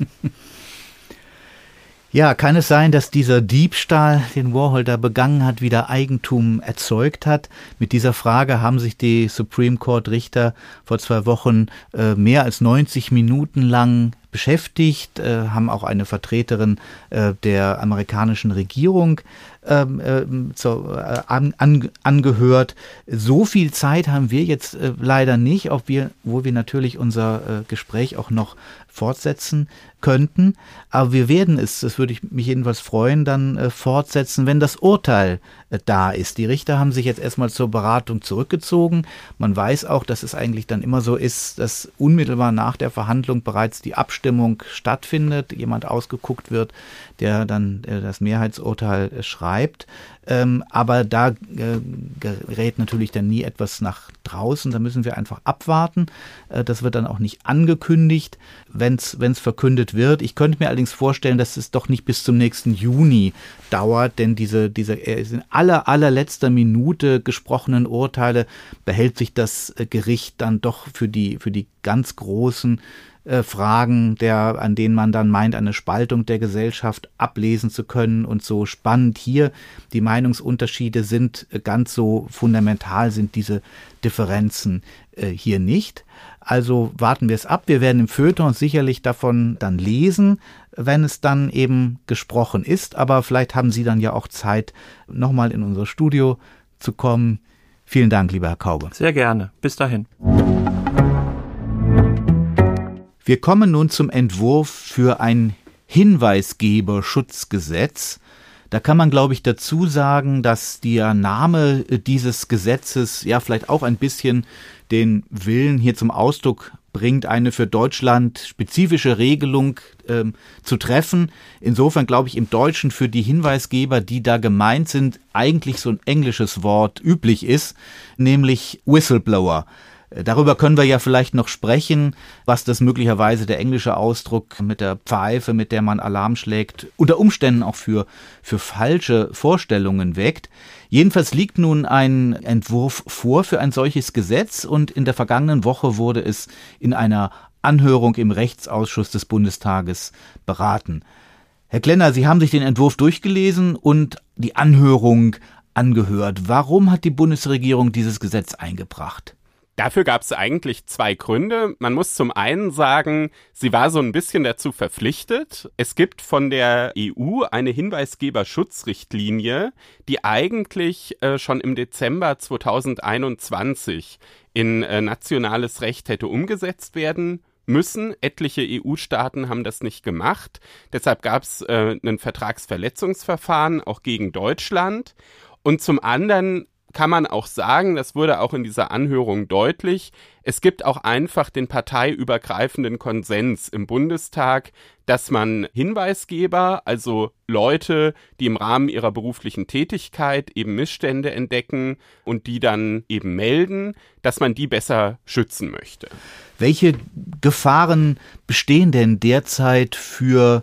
Ja, kann es sein, dass dieser Diebstahl, den Warhol da begangen hat, wieder Eigentum erzeugt hat? Mit dieser Frage haben sich die Supreme Court Richter vor zwei Wochen äh, mehr als neunzig Minuten lang beschäftigt, äh, haben auch eine Vertreterin äh, der amerikanischen Regierung ähm, äh, zu, äh, an, an, angehört. So viel Zeit haben wir jetzt äh, leider nicht, ob wir, wo wir natürlich unser äh, Gespräch auch noch fortsetzen könnten. Aber wir werden es, das würde ich mich jedenfalls freuen, dann äh, fortsetzen, wenn das Urteil äh, da ist. Die Richter haben sich jetzt erstmal zur Beratung zurückgezogen. Man weiß auch, dass es eigentlich dann immer so ist, dass unmittelbar nach der Verhandlung bereits die Abstimmung stattfindet, jemand ausgeguckt wird, der dann äh, das Mehrheitsurteil äh, schreibt. Ähm, aber da äh, gerät natürlich dann nie etwas nach draußen. Da müssen wir einfach abwarten. Äh, das wird dann auch nicht angekündigt, wenn es verkündet wird. Ich könnte mir allerdings vorstellen, dass es doch nicht bis zum nächsten Juni dauert, denn diese, diese in aller, allerletzter Minute gesprochenen Urteile behält sich das äh, Gericht dann doch für die, für die ganz großen Äh, Fragen, der, an denen man dann meint, eine Spaltung der Gesellschaft ablesen zu können. Und so spannend hier die Meinungsunterschiede sind, äh, ganz so fundamental sind diese Differenzen äh, hier nicht. Also warten wir es ab. Wir werden im Feuilleton sicherlich davon dann lesen, wenn es dann eben gesprochen ist. Aber vielleicht haben Sie dann ja auch Zeit, nochmal in unser Studio zu kommen. Vielen Dank, lieber Herr Kaube. Sehr gerne. Bis dahin. Wir kommen nun zum Entwurf für ein Hinweisgeberschutzgesetz. Da kann man, glaube ich, dazu sagen, dass der Name dieses Gesetzes ja vielleicht auch ein bisschen den Willen hier zum Ausdruck bringt, eine für Deutschland spezifische Regelung ähm, zu treffen. Insofern, glaube ich, im Deutschen für die Hinweisgeber, die da gemeint sind, eigentlich so ein englisches Wort üblich ist, nämlich Whistleblower. Darüber können wir ja vielleicht noch sprechen, was das möglicherweise der englische Ausdruck mit der Pfeife, mit der man Alarm schlägt, unter Umständen auch für, für falsche Vorstellungen weckt. Jedenfalls liegt nun ein Entwurf vor für ein solches Gesetz und in der vergangenen Woche wurde es in einer Anhörung im Rechtsausschuss des Bundestages beraten. Herr Klenner, Sie haben sich den Entwurf durchgelesen und die Anhörung angehört. Warum hat die Bundesregierung dieses Gesetz eingebracht? Dafür gab es eigentlich zwei Gründe. Man muss zum einen sagen, sie war so ein bisschen dazu verpflichtet. Es gibt von der E U eine Hinweisgeberschutzrichtlinie, die eigentlich äh, schon im Dezember zweitausendeinundzwanzig in äh, nationales Recht hätte umgesetzt werden müssen. Etliche E U-Staaten haben das nicht gemacht. Deshalb gab es äh, ein Vertragsverletzungsverfahren auch gegen Deutschland. Und zum anderen kann man auch sagen, das wurde auch in dieser Anhörung deutlich, es gibt auch einfach den parteiübergreifenden Konsens im Bundestag, dass man Hinweisgeber, also Leute, die im Rahmen ihrer beruflichen Tätigkeit eben Missstände entdecken und die dann eben melden, dass man die besser schützen möchte. Welche Gefahren bestehen denn derzeit für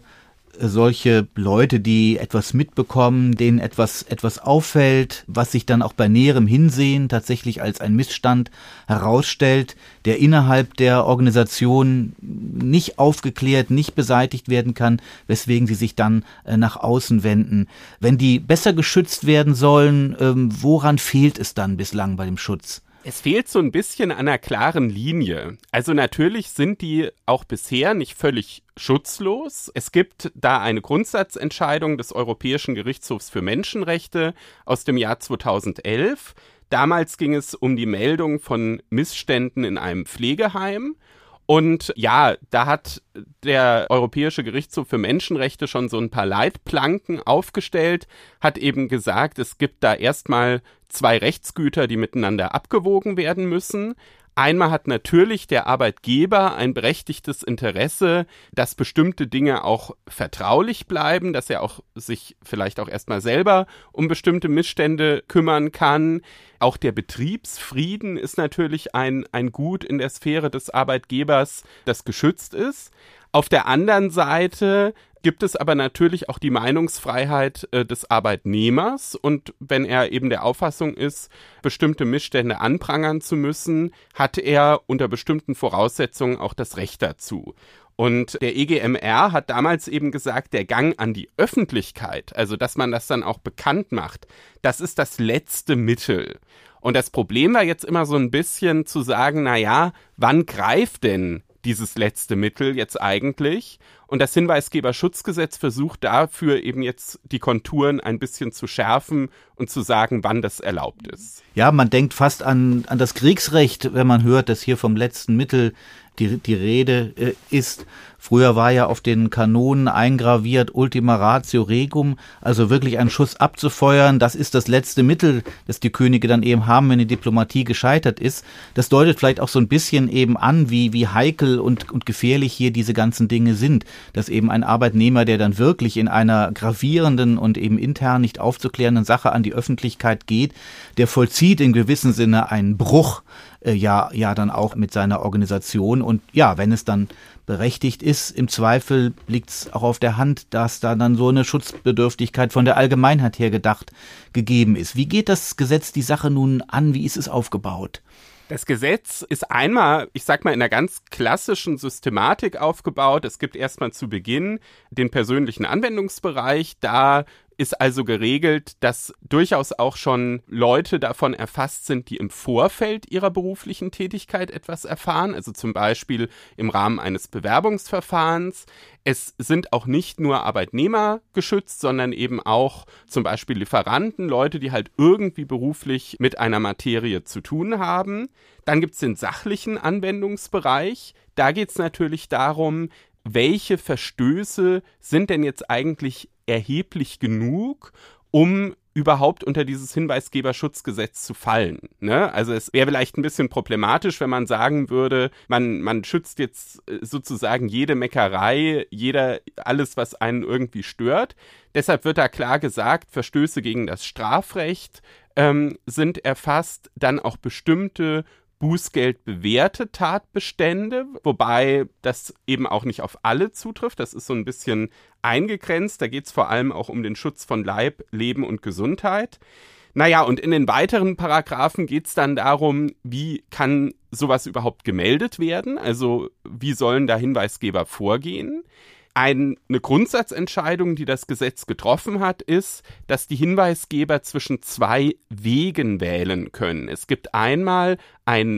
solche Leute, die etwas mitbekommen, denen etwas, etwas auffällt, was sich dann auch bei näherem Hinsehen tatsächlich als ein Missstand herausstellt, der innerhalb der Organisation nicht aufgeklärt, nicht beseitigt werden kann, weswegen sie sich dann äh, nach außen wenden. Wenn die besser geschützt werden sollen, ähm, woran fehlt es dann bislang bei dem Schutz? Es fehlt so ein bisschen an einer klaren Linie. Also natürlich sind die auch bisher nicht völlig schutzlos. Es gibt da eine Grundsatzentscheidung des Europäischen Gerichtshofs für Menschenrechte aus dem Jahr zweitausendelf. Damals ging es um die Meldung von Missständen in einem Pflegeheim. Und ja, da hat der Europäische Gerichtshof für Menschenrechte schon so ein paar Leitplanken aufgestellt, hat eben gesagt, es gibt da erstmal zwei Rechtsgüter, die miteinander abgewogen werden müssen. Einmal hat natürlich der Arbeitgeber ein berechtigtes Interesse, dass bestimmte Dinge auch vertraulich bleiben, dass er auch sich vielleicht auch erstmal selber um bestimmte Missstände kümmern kann. Auch der Betriebsfrieden ist natürlich ein, ein Gut in der Sphäre des Arbeitgebers, das geschützt ist. Auf der anderen Seite gibt es aber natürlich auch die Meinungsfreiheit äh, des Arbeitnehmers, und wenn er eben der Auffassung ist, bestimmte Missstände anprangern zu müssen, hat er unter bestimmten Voraussetzungen auch das Recht dazu. Und der E G M R hat damals eben gesagt, der Gang an die Öffentlichkeit, also dass man das dann auch bekannt macht, das ist das letzte Mittel. Und das Problem war jetzt immer so ein bisschen zu sagen, na ja, wann greift denn dieses letzte Mittel jetzt eigentlich? Und das Hinweisgeberschutzgesetz versucht dafür eben jetzt die Konturen ein bisschen zu schärfen und zu sagen, wann das erlaubt ist. Ja, man denkt fast an, an das Kriegsrecht, wenn man hört, dass hier vom letzten Mittel die, die Rede äh, ist. Früher war ja auf den Kanonen eingraviert Ultima Ratio Regum, also wirklich einen Schuss abzufeuern. Das ist das letzte Mittel, das die Könige dann eben haben, wenn die Diplomatie gescheitert ist. Das deutet vielleicht auch so ein bisschen eben an, wie, wie heikel und, und gefährlich hier diese ganzen Dinge sind. Dass eben ein Arbeitnehmer, der dann wirklich in einer gravierenden und eben intern nicht aufzuklärenden Sache an die Öffentlichkeit geht, der vollzieht in gewissem Sinne einen Bruch, äh, ja, ja dann auch mit seiner Organisation. Und ja, wenn es dann berechtigt ist, im Zweifel liegt es auch auf der Hand, dass da dann so eine Schutzbedürftigkeit von der Allgemeinheit her gedacht gegeben ist. Wie geht das Gesetz die Sache nun an? Wie ist es aufgebaut? Das Gesetz ist einmal, ich sag mal, in einer ganz klassischen Systematik aufgebaut. Es gibt erstmal zu Beginn den persönlichen Anwendungsbereich. Da ist also geregelt, dass durchaus auch schon Leute davon erfasst sind, die im Vorfeld ihrer beruflichen Tätigkeit etwas erfahren, also zum Beispiel im Rahmen eines Bewerbungsverfahrens. Es sind auch nicht nur Arbeitnehmer geschützt, sondern eben auch zum Beispiel Lieferanten, Leute, die halt irgendwie beruflich mit einer Materie zu tun haben. Dann gibt es den sachlichen Anwendungsbereich. Da geht es natürlich darum, welche Verstöße sind denn jetzt eigentlich erheblich genug, um überhaupt unter dieses Hinweisgeberschutzgesetz zu fallen. Ne? Also es wäre vielleicht ein bisschen problematisch, wenn man sagen würde, man, man schützt jetzt sozusagen jede Meckerei, jeder, alles, was einen irgendwie stört. Deshalb wird da klar gesagt, Verstöße gegen das Strafrecht ähm, sind erfasst, dann auch bestimmte Bußgeld bewährte Tatbestände, wobei das eben auch nicht auf alle zutrifft. Das ist so ein bisschen eingegrenzt. Da geht es vor allem auch um den Schutz von Leib, Leben und Gesundheit. Naja, und in den weiteren Paragraphen geht es dann darum, wie kann sowas überhaupt gemeldet werden? Also wie sollen da Hinweisgeber vorgehen? Eine Grundsatzentscheidung, die das Gesetz getroffen hat, ist, dass die Hinweisgeber zwischen zwei Wegen wählen können. Es gibt einmal einen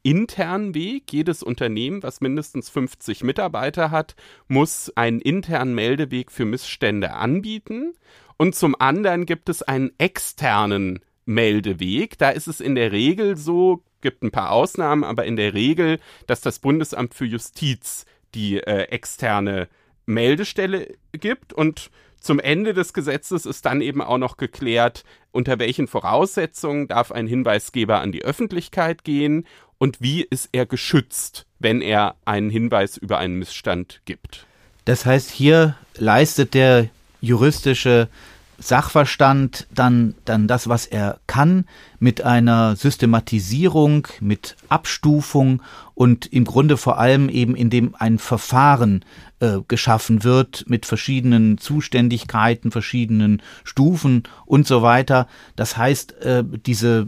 internen Weg. Jedes Unternehmen, was mindestens fünfzig Mitarbeiter hat, muss einen internen Meldeweg für Missstände anbieten. Und zum anderen gibt es einen externen Meldeweg. Da ist es in der Regel so, gibt ein paar Ausnahmen, aber in der Regel, dass das Bundesamt für Justiz die äh, externe Meldestelle gibt. Und zum Ende des Gesetzes ist dann eben auch noch geklärt, unter welchen Voraussetzungen darf ein Hinweisgeber an die Öffentlichkeit gehen und wie ist er geschützt, wenn er einen Hinweis über einen Missstand gibt. Das heißt, hier leistet der juristische Sachverstand dann, dann das, was er kann, mit einer Systematisierung, mit Abstufung und im Grunde vor allem eben, indem ein Verfahren äh, geschaffen wird mit verschiedenen Zuständigkeiten, verschiedenen Stufen und so weiter. Das heißt, äh, diese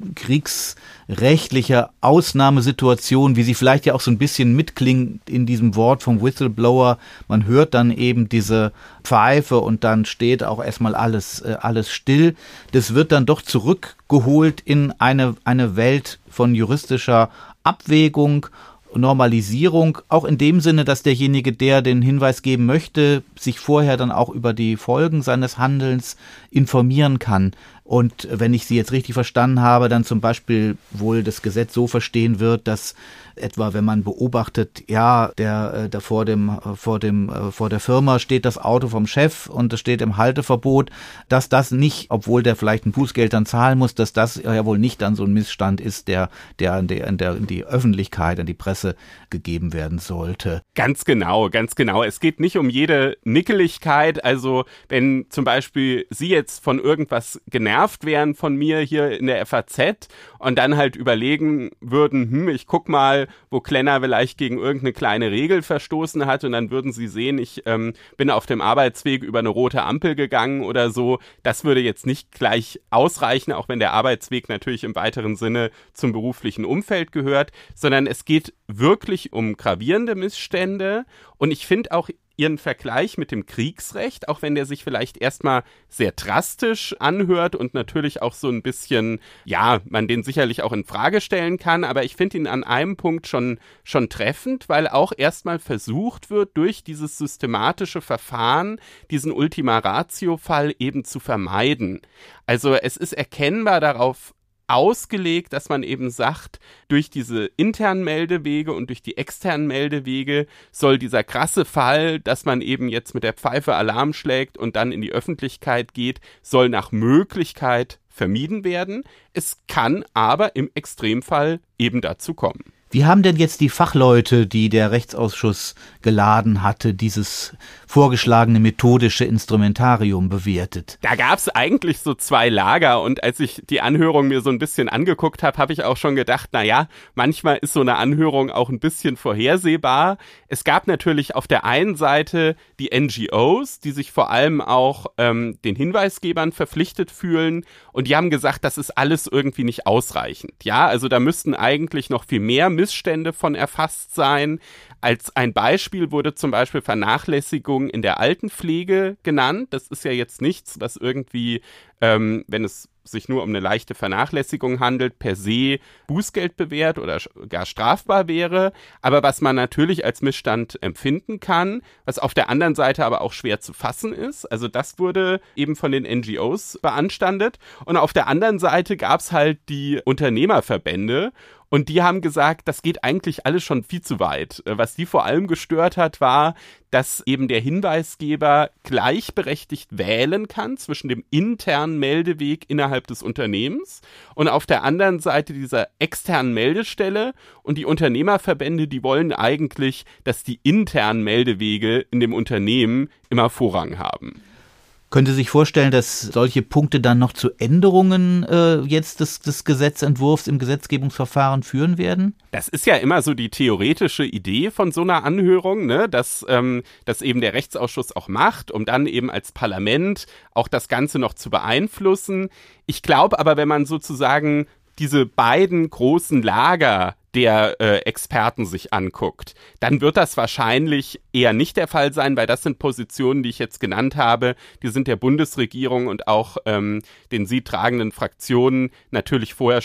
kriegsrechtliche Ausnahmesituation, wie sie vielleicht ja auch so ein bisschen mitklingt in diesem Wort vom Whistleblower, man hört dann eben diese Pfeife und dann steht auch erstmal alles, äh, alles still. Das wird dann doch zurückgeholt in eine, eine Welt von juristischer Abwägung, Normalisierung, auch in dem Sinne, dass derjenige, der den Hinweis geben möchte, sich vorher dann auch über die Folgen seines Handelns informieren kann. Und wenn ich Sie jetzt richtig verstanden habe, dann zum Beispiel wohl das Gesetz so verstehen wird, dass etwa, wenn man beobachtet, ja, der, der vor dem, vor dem, vor der Firma steht das Auto vom Chef und es steht im Halteverbot, dass das nicht, obwohl der vielleicht ein Bußgeld dann zahlen muss, dass das ja wohl nicht dann so ein Missstand ist, der, der in, der, in, der, in die Öffentlichkeit, in die Presse gegeben werden sollte. Ganz genau, ganz genau. Es geht nicht um jede Nickeligkeit. Also wenn zum Beispiel Sie jetzt von irgendwas genervt wären von mir hier in der F A Z und dann halt überlegen würden, hm, ich guck mal, wo Klenner vielleicht gegen irgendeine kleine Regel verstoßen hat und dann würden Sie sehen, ich ähm, bin auf dem Arbeitsweg über eine rote Ampel gegangen oder so. Das würde jetzt nicht gleich ausreichen, auch wenn der Arbeitsweg natürlich im weiteren Sinne zum beruflichen Umfeld gehört, sondern es geht wirklich um gravierende Missstände und ich finde auch Ihren Vergleich mit dem Kriegsrecht, auch wenn der sich vielleicht erstmal sehr drastisch anhört und natürlich auch so ein bisschen, ja, man den sicherlich auch in Frage stellen kann, aber ich finde ihn an einem Punkt schon, schon treffend, weil auch erstmal versucht wird, durch dieses systematische Verfahren diesen Ultima Ratio-Fall eben zu vermeiden. Also es ist erkennbar darauf ausgelegt, dass man eben sagt, durch diese internen Meldewege und durch die externen Meldewege soll dieser krasse Fall, dass man eben jetzt mit der Pfeife Alarm schlägt und dann in die Öffentlichkeit geht, soll nach Möglichkeit vermieden werden. Es kann aber im Extremfall eben dazu kommen. Wie haben denn jetzt die Fachleute, die der Rechtsausschuss geladen hatte, dieses vorgeschlagene methodische Instrumentarium bewertet? Da gab es eigentlich so zwei Lager und als ich die Anhörung mir so ein bisschen angeguckt habe, habe ich auch schon gedacht, na ja, manchmal ist so eine Anhörung auch ein bisschen vorhersehbar. Es gab natürlich auf der einen Seite die N G Os, die sich vor allem auch ähm, den Hinweisgebern verpflichtet fühlen und die haben gesagt, das ist alles irgendwie nicht ausreichend. Ja, also da müssten eigentlich noch viel mehr Missstände von erfasst sein. Als ein Beispiel wurde zum Beispiel Vernachlässigung in der Altenpflege genannt. Das ist ja jetzt nichts, was irgendwie, ähm, wenn es sich nur um eine leichte Vernachlässigung handelt, per se Bußgeld bewährt oder gar strafbar wäre, aber was man natürlich als Missstand empfinden kann, was auf der anderen Seite aber auch schwer zu fassen ist. Also das wurde eben von den N G Os beanstandet und auf der anderen Seite gab es halt die Unternehmerverbände. Und die haben gesagt, das geht eigentlich alles schon viel zu weit. Was die vor allem gestört hat, war, dass eben der Hinweisgeber gleichberechtigt wählen kann zwischen dem internen Meldeweg innerhalb des Unternehmens und auf der anderen Seite dieser externen Meldestelle. Und die Unternehmerverbände, die wollen eigentlich, dass die internen Meldewege in dem Unternehmen immer Vorrang haben. Können Sie sich vorstellen, dass solche Punkte dann noch zu Änderungen äh, jetzt des, des Gesetzentwurfs im Gesetzgebungsverfahren führen werden? Das ist ja immer so die theoretische Idee von so einer Anhörung, ne, dass ähm, das eben der Rechtsausschuss auch macht, um dann eben als Parlament auch das Ganze noch zu beeinflussen. Ich glaube aber, wenn man sozusagen diese beiden großen Lager der äh, Experten sich anguckt, dann wird das wahrscheinlich eher nicht der Fall sein, weil das sind Positionen, die ich jetzt genannt habe, die sind der Bundesregierung und auch ähm, den sie tragenden Fraktionen natürlich vorher schon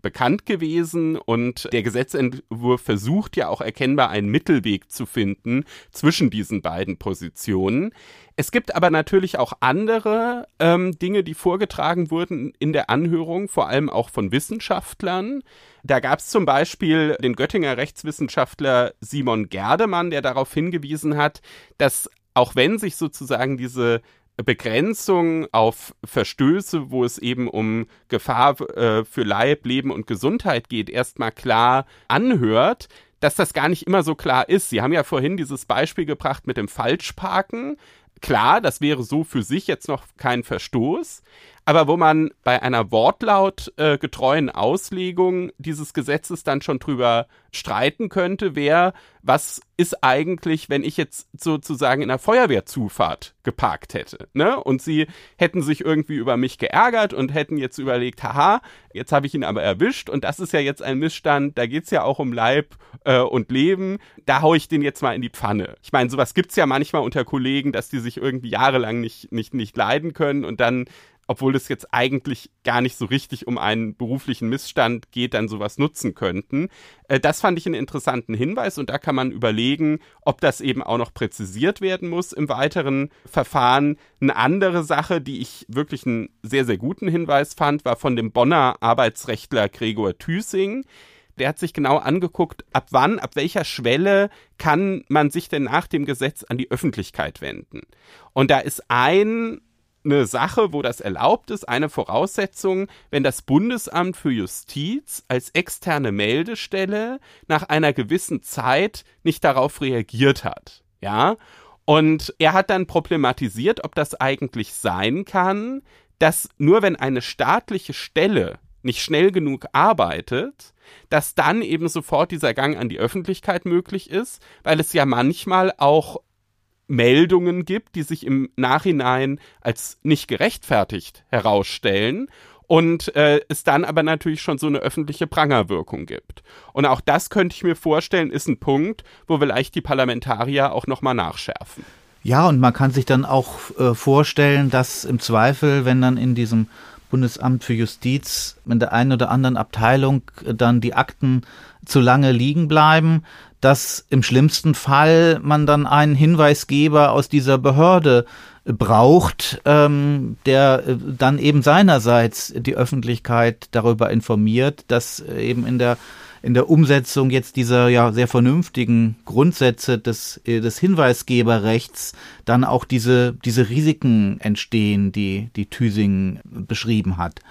bekannt gewesen und der Gesetzentwurf versucht ja auch erkennbar einen Mittelweg zu finden zwischen diesen beiden Positionen. Es gibt aber natürlich auch andere ähm, Dinge, die vorgetragen wurden in der Anhörung, vor allem auch von Wissenschaftlern. Da gab es zum Beispiel den Göttinger Rechtswissenschaftler Simon Gerdemann, der darauf hingewiesen hat, dass auch wenn sich sozusagen diese Begrenzung auf Verstöße, wo es eben um Gefahr äh, für Leib, Leben und Gesundheit geht, erstmal klar anhört, dass das gar nicht immer so klar ist. Sie haben ja vorhin dieses Beispiel gebracht mit dem Falschparken. Klar, das wäre so für sich jetzt noch kein Verstoß, aber wo man bei einer wortlautgetreuen äh, Auslegung dieses Gesetzes dann schon drüber streiten könnte, wäre, was ist eigentlich, wenn ich jetzt sozusagen in einer Feuerwehrzufahrt geparkt hätte, ne? Und sie hätten sich irgendwie über mich geärgert und hätten jetzt überlegt, haha, jetzt habe ich ihn aber erwischt und das ist ja jetzt ein Missstand, da geht's ja auch um Leib äh, und Leben, da hau ich den jetzt mal in die Pfanne. Ich meine, sowas gibt's ja manchmal unter Kollegen, dass die sich irgendwie jahrelang nicht, nicht, nicht leiden können und dann, obwohl es jetzt eigentlich gar nicht so richtig um einen beruflichen Missstand geht, dann sowas nutzen könnten. Äh, das fand ich einen interessanten Hinweis und da kann man überlegen, ob das eben auch noch präzisiert werden muss im weiteren Verfahren. Eine andere Sache, die ich wirklich einen sehr, sehr guten Hinweis fand, war von dem Bonner Arbeitsrechtler Gregor Thüssing. Der hat sich genau angeguckt, ab wann, ab welcher Schwelle kann man sich denn nach dem Gesetz an die Öffentlichkeit wenden. Und da ist ein eine Sache, wo das erlaubt ist, eine Voraussetzung, wenn das Bundesamt für Justiz als externe Meldestelle nach einer gewissen Zeit nicht darauf reagiert hat. Ja? Und er hat dann problematisiert, ob das eigentlich sein kann, dass nur wenn eine staatliche Stelle nicht schnell genug arbeitet, dass dann eben sofort dieser Gang an die Öffentlichkeit möglich ist, weil es ja manchmal auch Meldungen gibt, die sich im Nachhinein als nicht gerechtfertigt herausstellen und äh, es dann aber natürlich schon so eine öffentliche Prangerwirkung gibt. Und auch das könnte ich mir vorstellen, ist ein Punkt, wo vielleicht die Parlamentarier auch nochmal nachschärfen. Ja, und man kann sich dann auch äh, vorstellen, dass im Zweifel, wenn dann in diesem Bundesamt für Justiz in der einen oder anderen Abteilung äh, dann die Akten zu lange liegen bleiben, dass im schlimmsten Fall man dann einen Hinweisgeber aus dieser Behörde braucht, ähm, der äh, dann eben seinerseits die Öffentlichkeit darüber informiert, dass eben in der in der Umsetzung jetzt dieser ja sehr vernünftigen Grundsätze des des Hinweisgeberrechts dann auch diese diese Risiken entstehen, die die Thüssing beschrieben hat.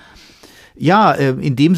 Ja, in dem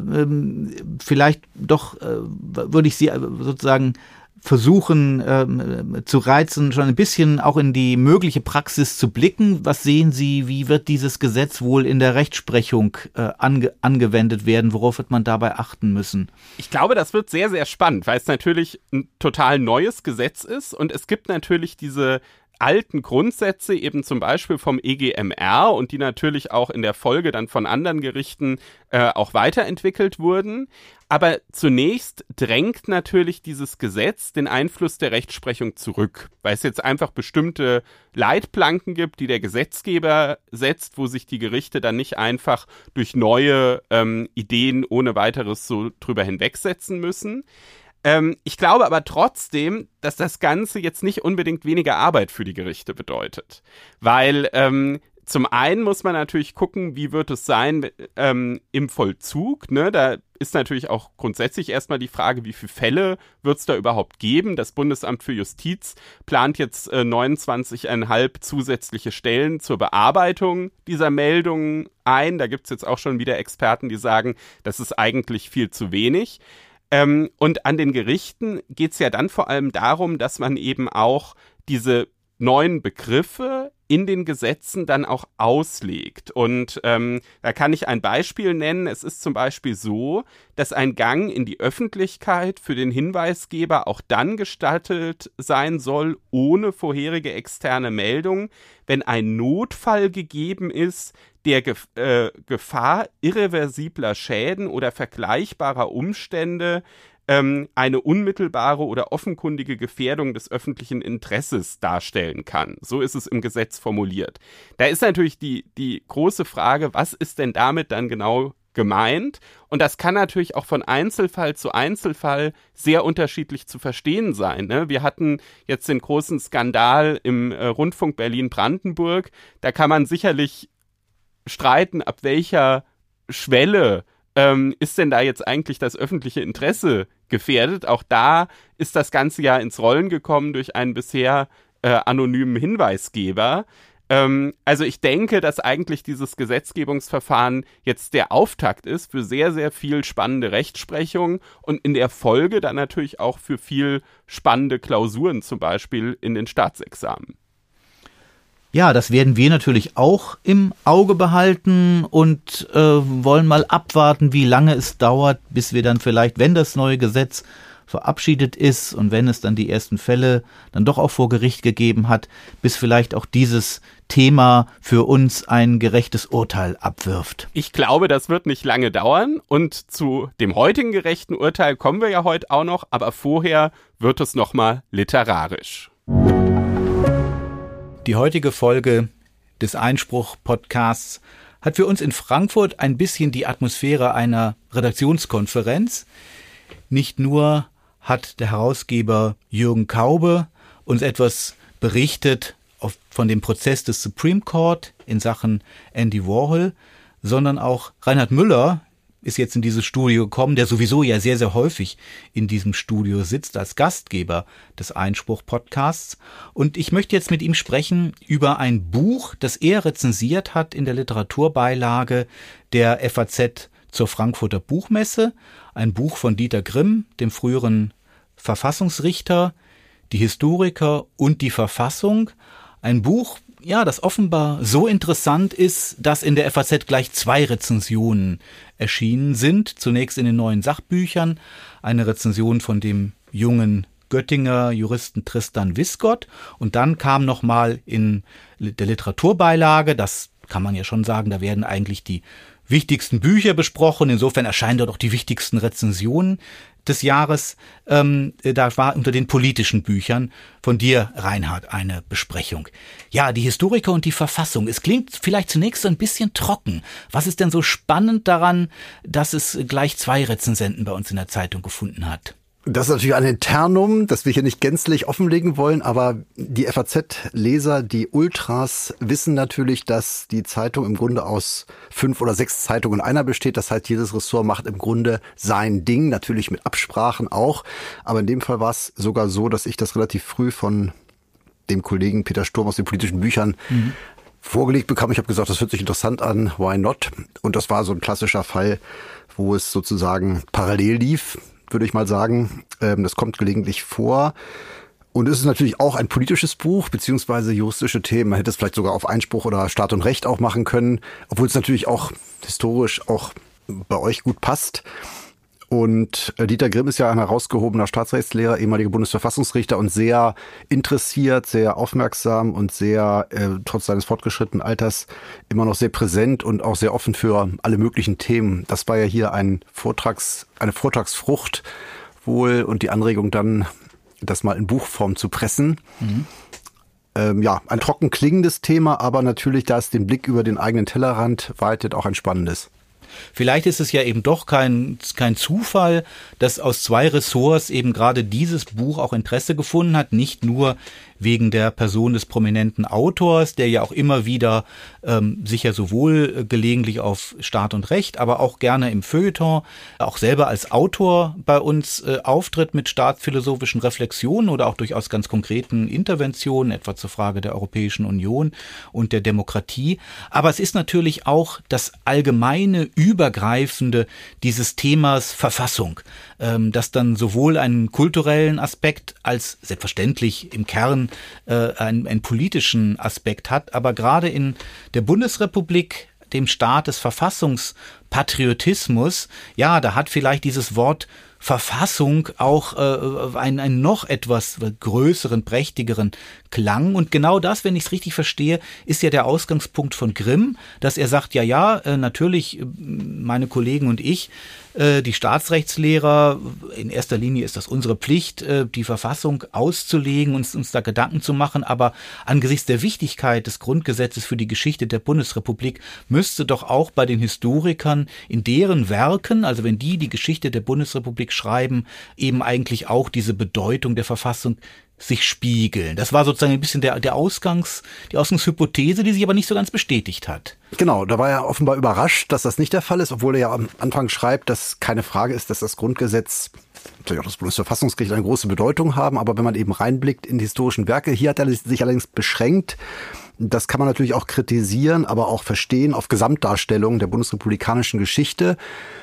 Sinne vielleicht doch würde ich Sie sozusagen versuchen ähm, zu reizen, schon ein bisschen auch in die mögliche Praxis zu blicken. Was sehen Sie, wie wird dieses Gesetz wohl in der Rechtsprechung äh, ange- angewendet werden? Worauf wird man dabei achten müssen? Ich glaube, das wird sehr, sehr spannend, weil es natürlich ein total neues Gesetz ist und es gibt natürlich diese alten Grundsätze, eben zum Beispiel vom E G M R und die natürlich auch in der Folge dann von anderen Gerichten äh, auch weiterentwickelt wurden. Aber zunächst drängt natürlich dieses Gesetz den Einfluss der Rechtsprechung zurück, weil es jetzt einfach bestimmte Leitplanken gibt, die der Gesetzgeber setzt, wo sich die Gerichte dann nicht einfach durch neue ähm, Ideen ohne weiteres so drüber hinwegsetzen müssen. Ähm, ich glaube aber trotzdem, dass das Ganze jetzt nicht unbedingt weniger Arbeit für die Gerichte bedeutet. Weil ähm, zum einen muss man natürlich gucken, wie wird es sein ähm, im Vollzug. Ne? Da ist natürlich auch grundsätzlich erstmal die Frage, wie viele Fälle wird es da überhaupt geben. Das Bundesamt für Justiz plant jetzt äh, neunundzwanzig Komma fünf zusätzliche Stellen zur Bearbeitung dieser Meldungen ein. Da gibt es jetzt auch schon wieder Experten, die sagen, das ist eigentlich viel zu wenig. Ähm, und an den Gerichten geht es ja dann vor allem darum, dass man eben auch diese neuen Begriffe in den Gesetzen dann auch auslegt. Und ähm, da kann ich ein Beispiel nennen. Es ist zum Beispiel so, dass ein Gang in die Öffentlichkeit für den Hinweisgeber auch dann gestattet sein soll, ohne vorherige externe Meldung, wenn ein Notfall gegeben ist, der Gef- äh, Gefahr irreversibler Schäden oder vergleichbarer Umstände ähm, eine unmittelbare oder offenkundige Gefährdung des öffentlichen Interesses darstellen kann. So ist es im Gesetz formuliert. Da ist natürlich die, die große Frage, was ist denn damit dann genau gemeint. Und das kann natürlich auch von Einzelfall zu Einzelfall sehr unterschiedlich zu verstehen sein. Ne? Wir hatten jetzt den großen Skandal im äh, Rundfunk Berlin-Brandenburg. Da kann man sicherlich streiten, ab welcher Schwelle ähm, ist denn da jetzt eigentlich das öffentliche Interesse gefährdet. Auch da ist das Ganze ja ins Rollen gekommen durch einen bisher äh, anonymen Hinweisgeber. Ähm, also ich denke, dass eigentlich dieses Gesetzgebungsverfahren jetzt der Auftakt ist für sehr, sehr viel spannende Rechtsprechung und in der Folge dann natürlich auch für viel spannende Klausuren, zum Beispiel in den Staatsexamen. Ja, das werden wir natürlich auch im Auge behalten und äh, wollen mal abwarten, wie lange es dauert, bis wir dann vielleicht, wenn das neue Gesetz verabschiedet ist und wenn es dann die ersten Fälle dann doch auch vor Gericht gegeben hat, bis vielleicht auch dieses Thema für uns ein gerechtes Urteil abwirft. Ich glaube, das wird nicht lange dauern und zu dem heutigen gerechten Urteil kommen wir ja heute auch noch, aber vorher wird es nochmal literarisch. Die heutige Folge des Einspruch-Podcasts hat für uns in Frankfurt ein bisschen die Atmosphäre einer Redaktionskonferenz. Nicht nur hat der Herausgeber Jürgen Kaube uns etwas berichtet auf, von dem Prozess des Supreme Court in Sachen Andy Warhol, sondern auch Reinhard Müller ist jetzt in dieses Studio gekommen, der sowieso ja sehr, sehr häufig in diesem Studio sitzt als Gastgeber des Einspruch-Podcasts. Und ich möchte jetzt mit ihm sprechen über ein Buch, das er rezensiert hat in der Literaturbeilage der F A Z zur Frankfurter Buchmesse. Ein Buch von Dieter Grimm, dem früheren Verfassungsrichter, die Historiker und die Verfassung. Ein Buch, ja, das offenbar so interessant ist, dass in der F A Z gleich zwei Rezensionen erschienen sind. Zunächst in den neuen Sachbüchern eine Rezension von dem jungen Göttinger Juristen Tristan Wiskott und dann kam nochmal in der Literaturbeilage, das kann man ja schon sagen, da werden eigentlich die wichtigsten Bücher besprochen, insofern erscheinen dort auch die wichtigsten Rezensionen des Jahres. Ähm, da war unter den politischen Büchern von dir, Reinhard, eine Besprechung. Ja, die Historiker und die Verfassung. Es klingt vielleicht zunächst so ein bisschen trocken. Was ist denn so spannend daran, dass es gleich zwei Rezensenten bei uns in der Zeitung gefunden hat? Das ist natürlich ein Internum, das wir hier nicht gänzlich offenlegen wollen, aber die F A Z-Leser, die Ultras, wissen natürlich, dass die Zeitung im Grunde aus fünf oder sechs Zeitungen in einer besteht. Das heißt, jedes Ressort macht im Grunde sein Ding, natürlich mit Absprachen auch. Aber in dem Fall war es sogar so, dass ich das relativ früh von dem Kollegen Peter Sturm aus den politischen Büchern mhm. vorgelegt bekam. Ich habe gesagt, das hört sich interessant an, why not? Und das war so ein klassischer Fall, wo es sozusagen parallel lief, würde ich mal sagen. Das kommt gelegentlich vor. Und es ist natürlich auch ein politisches Buch, beziehungsweise juristische Themen. Man hätte es vielleicht sogar auf Einspruch oder Staat und Recht auch machen können, obwohl es natürlich auch historisch auch bei euch gut passt. Und Dieter Grimm ist ja ein herausgehobener Staatsrechtslehrer, ehemaliger Bundesverfassungsrichter und sehr interessiert, sehr aufmerksam und sehr, äh, trotz seines fortgeschrittenen Alters, immer noch sehr präsent und auch sehr offen für alle möglichen Themen. Das war ja hier ein Vortrags, eine Vortragsfrucht wohl und die Anregung dann, das mal in Buchform zu pressen. Mhm. Ähm, ja, ein trocken klingendes Thema, aber natürlich, da es den Blick über den eigenen Tellerrand weitet, auch ein spannendes. Vielleicht ist es ja eben doch kein, kein Zufall, dass aus zwei Ressorts eben gerade dieses Buch auch Interesse gefunden hat, nicht nur wegen der Person des prominenten Autors, der ja auch immer wieder ähm, sicher sowohl äh, gelegentlich auf Staat und Recht, aber auch gerne im Feuilleton, auch selber als Autor bei uns äh, auftritt mit staatsphilosophischen Reflexionen oder auch durchaus ganz konkreten Interventionen, etwa zur Frage der Europäischen Union und der Demokratie. Aber es ist natürlich auch das allgemeine, übergreifende dieses Themas Verfassung, ähm, das dann sowohl einen kulturellen Aspekt als selbstverständlich im Kern äh, einen, einen politischen Aspekt hat, aber gerade in der Bundesrepublik, dem Staat des Verfassungspatriotismus, ja, da hat vielleicht dieses Wort Verfassung auch äh, einen, einen noch etwas größeren, prächtigeren Klang. Und genau das, wenn ich es richtig verstehe, ist ja der Ausgangspunkt von Grimm, dass er sagt, ja, ja, äh, natürlich, meine Kollegen und ich, äh, die Staatsrechtslehrer, in erster Linie ist das unsere Pflicht, äh, die Verfassung auszulegen und uns, uns da Gedanken zu machen. Aber angesichts der Wichtigkeit des Grundgesetzes für die Geschichte der Bundesrepublik müsste doch auch bei den Historikern dann in deren Werken, also wenn die die Geschichte der Bundesrepublik schreiben, eben eigentlich auch diese Bedeutung der Verfassung sich spiegeln. Das war sozusagen ein bisschen der, der Ausgangs, die Ausgangshypothese, die sich aber nicht so ganz bestätigt hat. Genau, da war er offenbar überrascht, dass das nicht der Fall ist, obwohl er ja am Anfang schreibt, dass keine Frage ist, dass das Grundgesetz, natürlich auch das Bundesverfassungsgericht eine große Bedeutung haben, aber wenn man eben reinblickt in die historischen Werke, hier hat er sich allerdings beschränkt. Das kann man natürlich auch kritisieren, aber auch verstehen auf Gesamtdarstellung der bundesrepublikanischen Geschichte.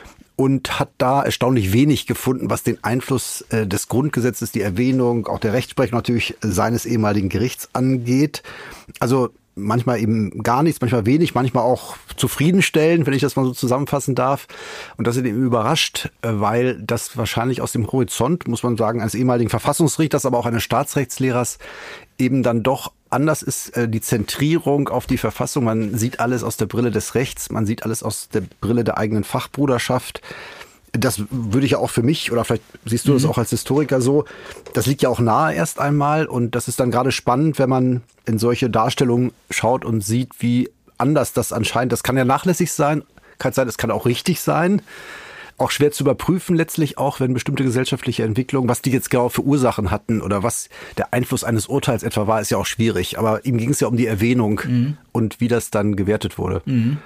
Und hat da erstaunlich wenig gefunden, was den Einfluss äh, des Grundgesetzes, die Erwähnung, auch der Rechtsprechung natürlich seines ehemaligen Gerichts angeht. Also manchmal eben gar nichts, manchmal wenig, manchmal auch zufriedenstellend, wenn ich das mal so zusammenfassen darf. Und das ist eben überrascht, weil das wahrscheinlich aus dem Horizont, muss man sagen, eines ehemaligen Verfassungsrichters, aber auch eines Staatsrechtslehrers eben dann doch anders ist, die Zentrierung auf die Verfassung. Man sieht alles aus der Brille des Rechts, man sieht alles aus der Brille der eigenen Fachbruderschaft. Das würde ich ja auch für mich, oder vielleicht siehst du das auch als Historiker so, das liegt ja auch nahe erst einmal. Und das ist dann gerade spannend, wenn man in solche Darstellungen schaut und sieht, wie anders das anscheinend, das kann ja nachlässig sein, kann sein, es kann auch richtig sein. Auch schwer zu überprüfen letztlich auch, wenn bestimmte gesellschaftliche Entwicklungen, was die jetzt genau für Ursachen hatten oder was der Einfluss eines Urteils etwa war, ist ja auch schwierig. Aber ihm ging es ja um die Erwähnung mhm. und wie das dann gewertet wurde. Mhm.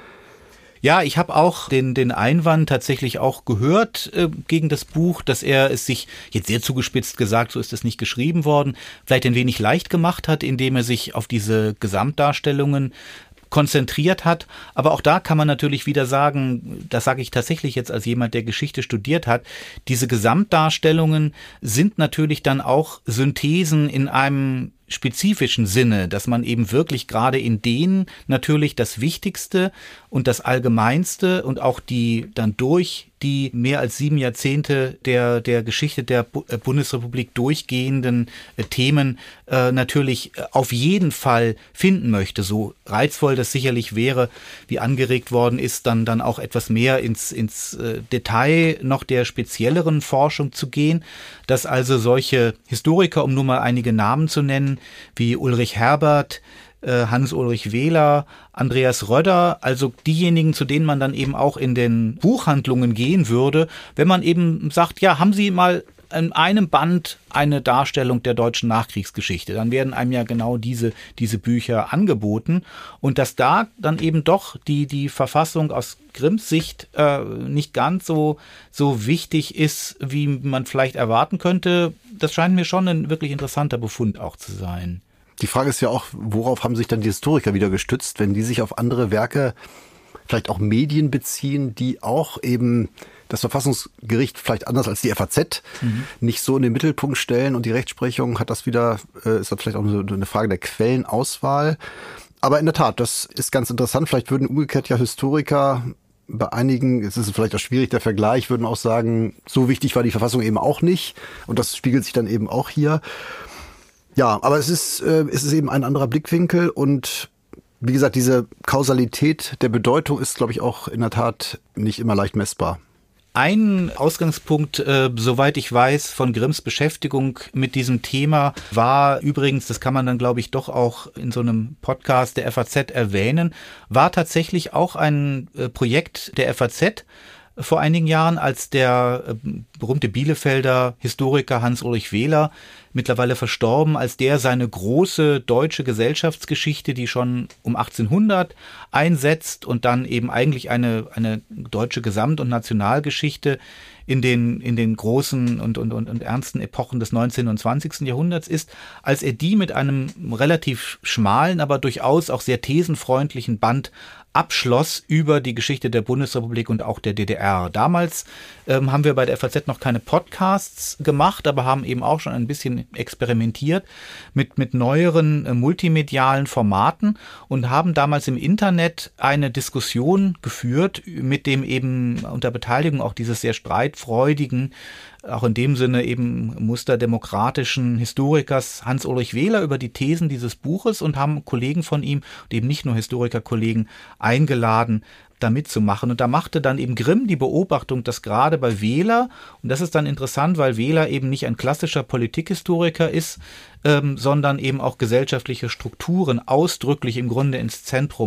Ja, ich habe auch den den Einwand tatsächlich auch gehört äh, gegen das Buch, dass er es sich, jetzt sehr zugespitzt gesagt, so ist es nicht geschrieben worden, vielleicht ein wenig leicht gemacht hat, indem er sich auf diese Gesamtdarstellungen konzentriert hat. Aber auch da kann man natürlich wieder sagen, das sage ich tatsächlich jetzt als jemand, der Geschichte studiert hat, diese Gesamtdarstellungen sind natürlich dann auch Synthesen in einem spezifischen Sinne, dass man eben wirklich gerade in denen natürlich das Wichtigste und das Allgemeinste und auch die dann durch die mehr als sieben Jahrzehnte der der Geschichte der Bundesrepublik durchgehenden äh, Themen äh, natürlich auf jeden Fall finden möchte. So reizvoll das sicherlich wäre, wie angeregt worden ist, dann dann auch etwas mehr ins ins äh, Detail noch der spezielleren Forschung zu gehen, dass also solche Historiker, um nur mal einige Namen zu nennen, wie Ulrich Herbert, Hans-Ulrich Wehler, Andreas Rödder, also diejenigen, zu denen man dann eben auch in den Buchhandlungen gehen würde, wenn man eben sagt, ja, haben Sie mal in einem Band eine Darstellung der deutschen Nachkriegsgeschichte, dann werden einem ja genau diese diese Bücher angeboten und dass da dann eben doch die die Verfassung aus Grimms Sicht äh, nicht ganz so so wichtig ist, wie man vielleicht erwarten könnte, das scheint mir schon ein wirklich interessanter Befund auch zu sein. Die Frage ist ja auch, worauf haben sich dann die Historiker wieder gestützt, wenn die sich auf andere Werke, vielleicht auch Medien beziehen, die auch eben das Verfassungsgericht vielleicht anders als die F A Z mhm. nicht so in den Mittelpunkt stellen und die Rechtsprechung hat das wieder, äh, ist das vielleicht auch eine Frage der Quellenauswahl. Aber in der Tat, das ist ganz interessant. Vielleicht würden umgekehrt ja Historiker bei einigen, es ist vielleicht auch schwierig, der Vergleich, würden auch sagen, so wichtig war die Verfassung eben auch nicht. Und das spiegelt sich dann eben auch hier. Ja, aber es ist, äh, es ist eben ein anderer Blickwinkel und wie gesagt, diese Kausalität der Bedeutung ist, glaube ich, auch in der Tat nicht immer leicht messbar. Ein Ausgangspunkt, äh, soweit ich weiß, von Grimms Beschäftigung mit diesem Thema war übrigens, das kann man dann, glaube ich, doch auch in so einem Podcast der F A Z erwähnen, war tatsächlich auch ein äh, Projekt der F A Z, vor einigen Jahren, als der äh, berühmte Bielefelder Historiker Hans-Ulrich Wehler, mittlerweile verstorben, als der seine große deutsche Gesellschaftsgeschichte, die schon um achtzehnhundert einsetzt und dann eben eigentlich eine eine deutsche Gesamt- und Nationalgeschichte in den in den großen und und und, und ernsten Epochen des neunzehnten und zwanzigsten Jahrhunderts ist, als er die mit einem relativ schmalen, aber durchaus auch sehr thesenfreundlichen Band abschloss über die Geschichte der Bundesrepublik und auch der D D R. Damals ähm, haben wir bei der F A Z noch keine Podcasts gemacht, aber haben eben auch schon ein bisschen experimentiert mit mit neueren äh, multimedialen Formaten und haben damals im Internet eine Diskussion geführt mit dem eben unter Beteiligung auch dieses sehr streitfreudigen, auch in dem Sinne eben musterdemokratischen Historikers Hans-Ulrich Wehler über die Thesen dieses Buches und haben Kollegen von ihm, und eben nicht nur Historikerkollegen, eingeladen, da mitzumachen. Und da machte dann eben Grimm die Beobachtung, dass gerade bei Wehler, und das ist dann interessant, weil Wehler eben nicht ein klassischer Politikhistoriker ist, ähm, sondern eben auch gesellschaftliche Strukturen ausdrücklich im Grunde ins Zentrum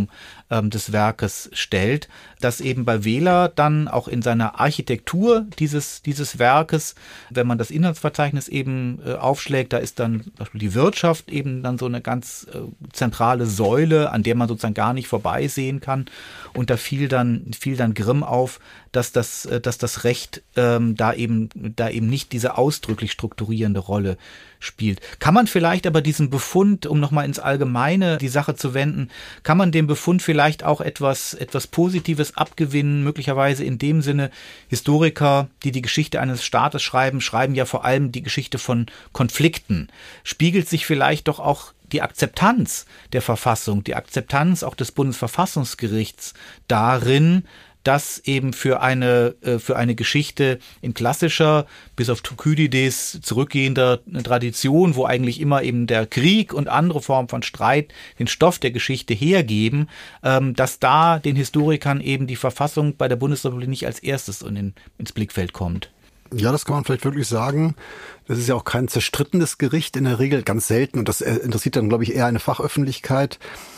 ähm, des Werkes stellt, dass eben bei Wehler dann auch in seiner Architektur dieses, dieses Werkes, wenn man das Inhaltsverzeichnis eben äh, aufschlägt, da ist dann zum Beispiel die Wirtschaft eben dann so eine ganz äh, zentrale Säule, an der man sozusagen gar nicht vorbeisehen kann. Und da fiel dann, fiel dann Grimm auf, dass das, äh, dass das Recht ähm, da eben, da eben nicht diese ausdrücklich strukturierende Rolle spielt. Kann man vielleicht aber diesen Befund, um nochmal ins Allgemeine die Sache zu wenden, kann man dem Befund vielleicht auch etwas, etwas Positives abgewinnen, möglicherweise in dem Sinne, Historiker, die die Geschichte eines Staates schreiben, schreiben ja vor allem die Geschichte von Konflikten. Spiegelt sich vielleicht doch auch die Akzeptanz der Verfassung, die Akzeptanz auch des Bundesverfassungsgerichts darin, dass eben für eine für eine Geschichte in klassischer, bis auf Thukydides zurückgehender Tradition, wo eigentlich immer eben der Krieg und andere Formen von Streit den Stoff der Geschichte hergeben, dass da den Historikern eben die Verfassung bei der Bundesrepublik nicht als erstes in, ins Blickfeld kommt. Ja, das kann man vielleicht wirklich sagen. Das ist ja auch kein zerstrittenes Gericht in der Regel, ganz selten. Und das interessiert dann, glaube ich, eher eine Fachöffentlichkeit.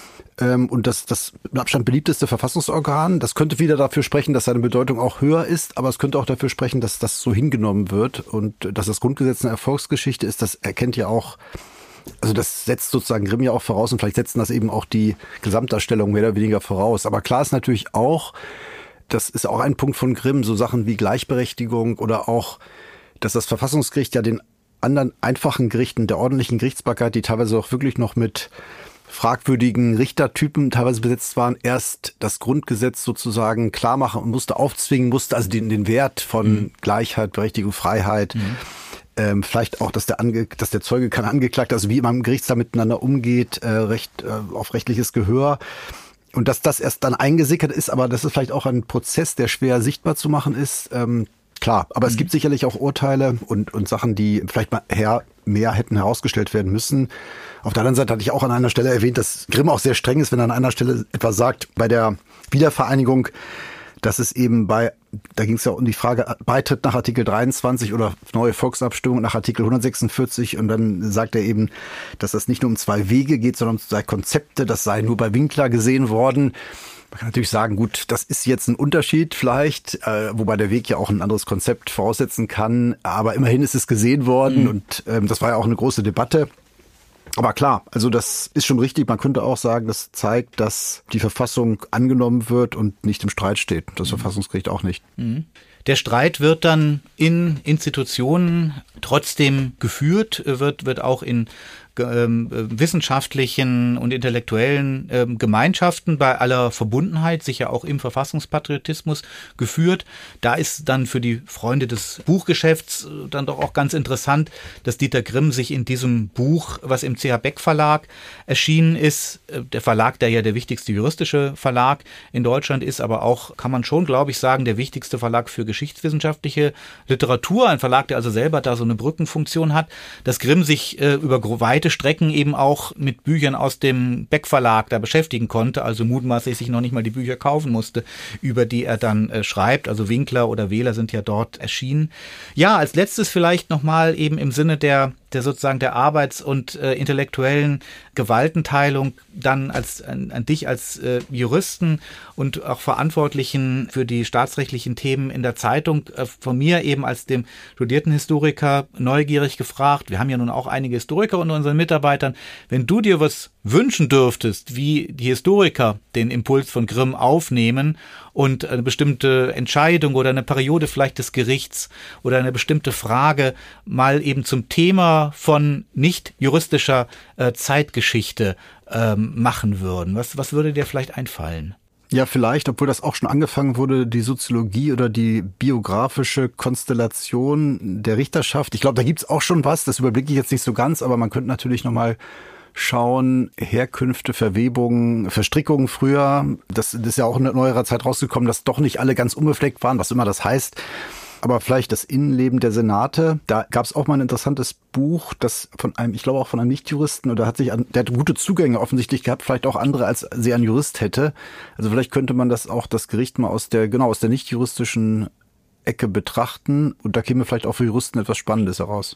Und das, das mit Abstand beliebteste Verfassungsorgan, das könnte wieder dafür sprechen, dass seine Bedeutung auch höher ist, aber es könnte auch dafür sprechen, dass das so hingenommen wird und dass das Grundgesetz eine Erfolgsgeschichte ist. Das erkennt ja auch, also das setzt sozusagen Grimm ja auch voraus und vielleicht setzen das eben auch die Gesamtdarstellung mehr oder weniger voraus. Aber klar ist natürlich auch, das ist auch ein Punkt von Grimm, so Sachen wie Gleichberechtigung oder auch, dass das Verfassungsgericht ja den anderen einfachen Gerichten der ordentlichen Gerichtsbarkeit, die teilweise auch wirklich noch mit fragwürdigen Richtertypen teilweise besetzt waren, erst das Grundgesetz sozusagen klar machen und musste, aufzwingen musste, also den, den Wert von mhm. Gleichheit, Berechtigung, Freiheit, mhm. ähm, vielleicht auch, dass der, Ange, dass der Zeuge kein Angeklagter, also wie man im Gerichtssaal miteinander umgeht, äh, recht äh, auf rechtliches Gehör. Und dass das erst dann eingesickert ist, aber das ist vielleicht auch ein Prozess, der schwer sichtbar zu machen ist, ähm, klar. Aber mhm. es gibt sicherlich auch Urteile und, und Sachen, die vielleicht mal her, mehr hätten herausgestellt werden müssen. Auf der anderen Seite hatte ich auch an einer Stelle erwähnt, dass Grimm auch sehr streng ist, wenn er an einer Stelle etwas sagt, bei der Wiedervereinigung, dass es eben bei, da ging es ja um die Frage, Beitritt nach Artikel dreiundzwanzig oder neue Volksabstimmung nach Artikel hundertsechsundvierzig und dann sagt er eben, dass das nicht nur um zwei Wege geht, sondern um zwei Konzepte, das sei nur bei Winkler gesehen worden. Man kann natürlich sagen, gut, das ist jetzt ein Unterschied vielleicht, äh, wobei der Weg ja auch ein anderes Konzept voraussetzen kann, aber immerhin ist es gesehen worden mhm. und ähm, das war ja auch eine große Debatte. Aber klar, also das ist schon richtig. Man könnte auch sagen, das zeigt, dass die Verfassung angenommen wird und nicht im Streit steht. Das mhm. Verfassungsgericht auch nicht. Mhm. Der Streit wird dann in Institutionen trotzdem geführt, wird, wird auch in ähm, wissenschaftlichen und intellektuellen ähm, Gemeinschaften bei aller Verbundenheit, sicher auch im Verfassungspatriotismus geführt. Da ist dann für die Freunde des Buchgeschäfts dann doch auch ganz interessant, dass Dieter Grimm sich in diesem Buch, was im C H Beck Verlag erschienen ist, der Verlag, der ja der wichtigste juristische Verlag in Deutschland ist, aber auch, kann man schon, glaube ich, sagen, der wichtigste Verlag für geschichtswissenschaftliche Literatur, ein Verlag, der also selber da so eine Brückenfunktion hat, dass Grimm sich äh, über weite Strecken eben auch mit Büchern aus dem Beck Verlag da beschäftigen konnte, also mutmaßlich sich noch nicht mal die Bücher kaufen musste, über die er dann äh, schreibt, also Winkler oder Wehler sind ja dort erschienen. Ja, als letztes vielleicht nochmal eben im Sinne der der sozusagen der Arbeits- und äh, intellektuellen Gewaltenteilung dann als an, an dich als äh, Juristen und auch Verantwortlichen für die staatsrechtlichen Themen in der Zeitung, äh, von mir eben als dem studierten Historiker neugierig gefragt. Wir haben ja nun auch einige Historiker unter unseren Mitarbeitern. Wenn du dir was wünschen dürftest, wie die Historiker den Impuls von Grimm aufnehmen und eine bestimmte Entscheidung oder eine Periode vielleicht des Gerichts oder eine bestimmte Frage mal eben zum Thema von nicht juristischer äh, Zeitgeschichte ähm, machen würden, was, was würde dir vielleicht einfallen? Ja, vielleicht, obwohl das auch schon angefangen wurde, die Soziologie oder die biografische Konstellation der Richterschaft. Ich glaube, da gibt's auch schon was, das überblicke ich jetzt nicht so ganz, aber man könnte natürlich nochmal schauen, Herkünfte, Verwebungen, Verstrickungen früher. Das, das ist ja auch in neuerer Zeit rausgekommen, dass doch nicht alle ganz unbefleckt waren, was immer das heißt. Aber vielleicht das Innenleben der Senate. Da gab es auch mal ein interessantes Buch, das von einem, ich glaube auch von einem Nichtjuristen, oder hat sich an, der hat gute Zugänge offensichtlich gehabt, vielleicht auch andere, als sie ein Jurist hätte. Also vielleicht könnte man das auch, das Gericht mal aus der, genau, aus der nichtjuristischen Ecke betrachten. Und da käme vielleicht auch für Juristen etwas Spannendes heraus.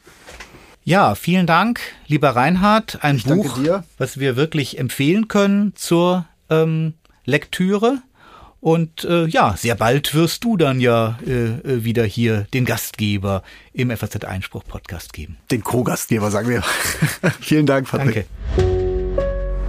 Ja, vielen Dank, lieber Reinhard. Ein ich Buch, was wir wirklich empfehlen können zur ähm, Lektüre. Und äh, ja, sehr bald wirst du dann ja äh, wieder hier den Gastgeber im F A Z-Einspruch-Podcast geben. Den Co-Gastgeber, sagen wir. Vielen Dank, Patrick. Danke.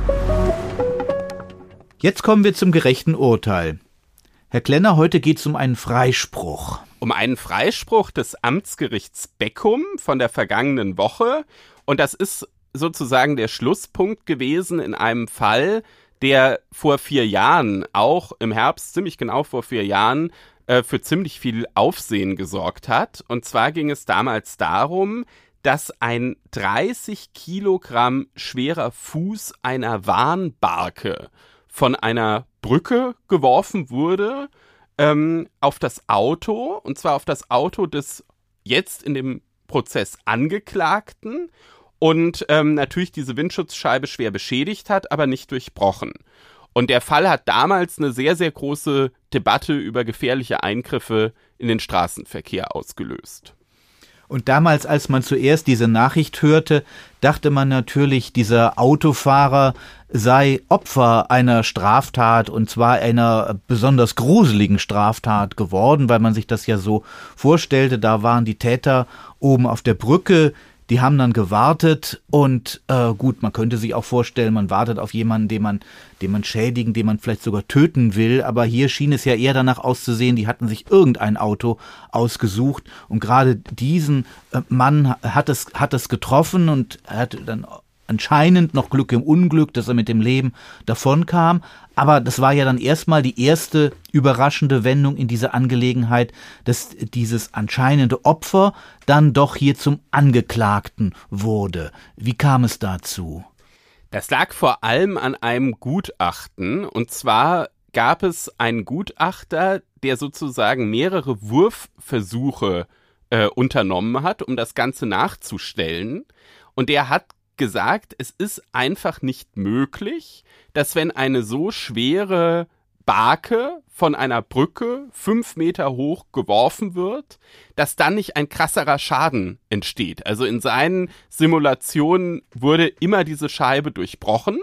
Jetzt kommen wir zum gerechten Urteil. Herr Klenner, heute geht es um einen Freispruch. Um einen Freispruch des Amtsgerichts Beckum von der vergangenen Woche. Und das ist sozusagen der Schlusspunkt gewesen in einem Fall, der vor vier Jahren, auch im Herbst, ziemlich genau vor vier Jahren, äh, für ziemlich viel Aufsehen gesorgt hat. Und zwar ging es damals darum, dass ein dreißig Kilogramm schwerer Fuß einer Warnbarke von einer Brücke geworfen wurde ähm, auf das Auto, und zwar auf das Auto des jetzt in dem Prozess Angeklagten, und ähm, natürlich diese Windschutzscheibe schwer beschädigt hat, aber nicht durchbrochen. Und der Fall hat damals eine sehr, sehr große Debatte über gefährliche Eingriffe in den Straßenverkehr ausgelöst. Und damals, als man zuerst diese Nachricht hörte, dachte man natürlich, dieser Autofahrer sei Opfer einer Straftat, und zwar einer besonders gruseligen Straftat geworden, weil man sich das ja so vorstellte. Da waren die Täter oben auf der Brücke, die haben dann gewartet und äh, gut, man könnte sich auch vorstellen, man wartet auf jemanden, den man, den man schädigen, den man vielleicht sogar töten will, aber hier schien es ja eher danach auszusehen, die hatten sich irgendein Auto ausgesucht und gerade diesen äh, Mann hat es, hat es getroffen und er hatte dann anscheinend noch Glück im Unglück, dass er mit dem Leben davonkam. Aber das war ja dann erstmal die erste überraschende Wendung in dieser Angelegenheit, dass dieses anscheinende Opfer dann doch hier zum Angeklagten wurde. Wie kam es dazu? Das lag vor allem an einem Gutachten. Und zwar gab es einen Gutachter, der sozusagen mehrere Wurfversuche äh, unternommen hat, um das Ganze nachzustellen. Und der hat gesagt, es ist einfach nicht möglich, dass wenn eine so schwere Barke von einer Brücke fünf Meter hoch geworfen wird, dass dann nicht ein krasserer Schaden entsteht. Also in seinen Simulationen wurde immer diese Scheibe durchbrochen.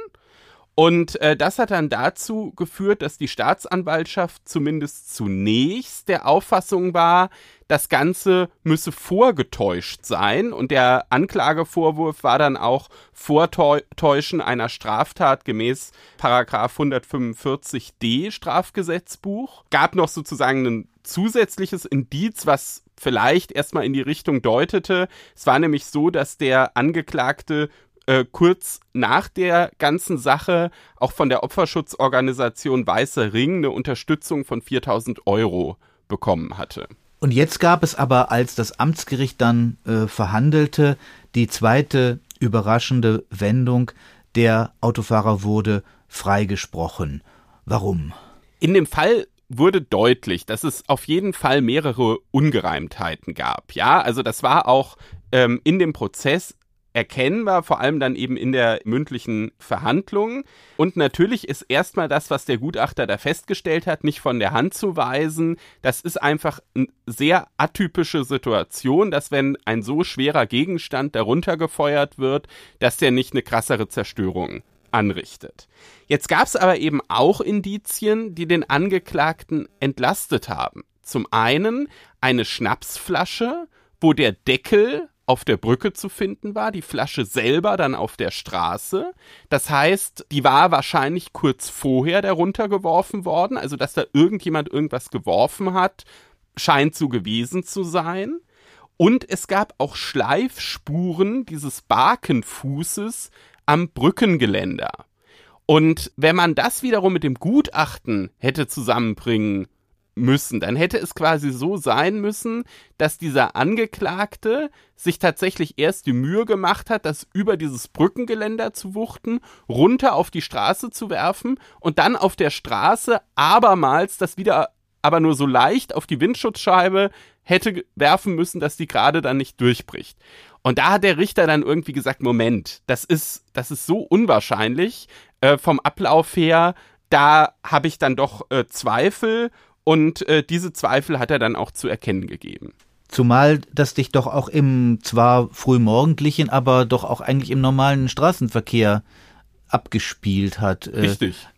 Und äh, das hat dann dazu geführt, dass die Staatsanwaltschaft zumindest zunächst der Auffassung war, das Ganze müsse vorgetäuscht sein. Und der Anklagevorwurf war dann auch Vortäuschen einer Straftat gemäß Paragraph hundertfünfundvierzig d Strafgesetzbuch. Gab noch sozusagen ein zusätzliches Indiz, was vielleicht erstmal in die Richtung deutete. Es war nämlich so, dass der Angeklagte Äh, kurz nach der ganzen Sache auch von der Opferschutzorganisation Weißer Ring eine Unterstützung von viertausend Euro bekommen hatte. Und jetzt gab es aber, als das Amtsgericht dann äh, verhandelte, die zweite überraschende Wendung. Der Autofahrer wurde freigesprochen. Warum? In dem Fall wurde deutlich, dass es auf jeden Fall mehrere Ungereimtheiten gab. Ja, also das war auch ähm, in dem Prozess erkennbar, vor allem dann eben in der mündlichen Verhandlung. Und natürlich ist erstmal das, was der Gutachter da festgestellt hat, nicht von der Hand zu weisen. Das ist einfach eine sehr atypische Situation, dass wenn ein so schwerer Gegenstand darunter gefeuert wird, dass der nicht eine krassere Zerstörung anrichtet. Jetzt gab es aber eben auch Indizien, die den Angeklagten entlastet haben. Zum einen eine Schnapsflasche, wo der Deckel auf der Brücke zu finden war, die Flasche selber dann auf der Straße. Das heißt, die war wahrscheinlich kurz vorher darunter geworfen worden, also dass da irgendjemand irgendwas geworfen hat, scheint so gewesen zu sein. Und es gab auch Schleifspuren dieses Barkenfußes am Brückengeländer. Und wenn man das wiederum mit dem Gutachten hätte zusammenbringen müssen, dann hätte es quasi so sein müssen, dass dieser Angeklagte sich tatsächlich erst die Mühe gemacht hat, das über dieses Brückengeländer zu wuchten, runter auf die Straße zu werfen und dann auf der Straße abermals das wieder aber nur so leicht auf die Windschutzscheibe hätte werfen müssen, dass die gerade dann nicht durchbricht. Und da hat der Richter dann irgendwie gesagt, Moment, das ist, das ist so unwahrscheinlich äh, vom Ablauf her, da habe ich dann doch äh, Zweifel. Und äh, diese Zweifel hat er dann auch zu erkennen gegeben. Zumal das dich doch auch im zwar frühmorgendlichen, aber doch auch eigentlich im normalen Straßenverkehr abgespielt hat. Richtig.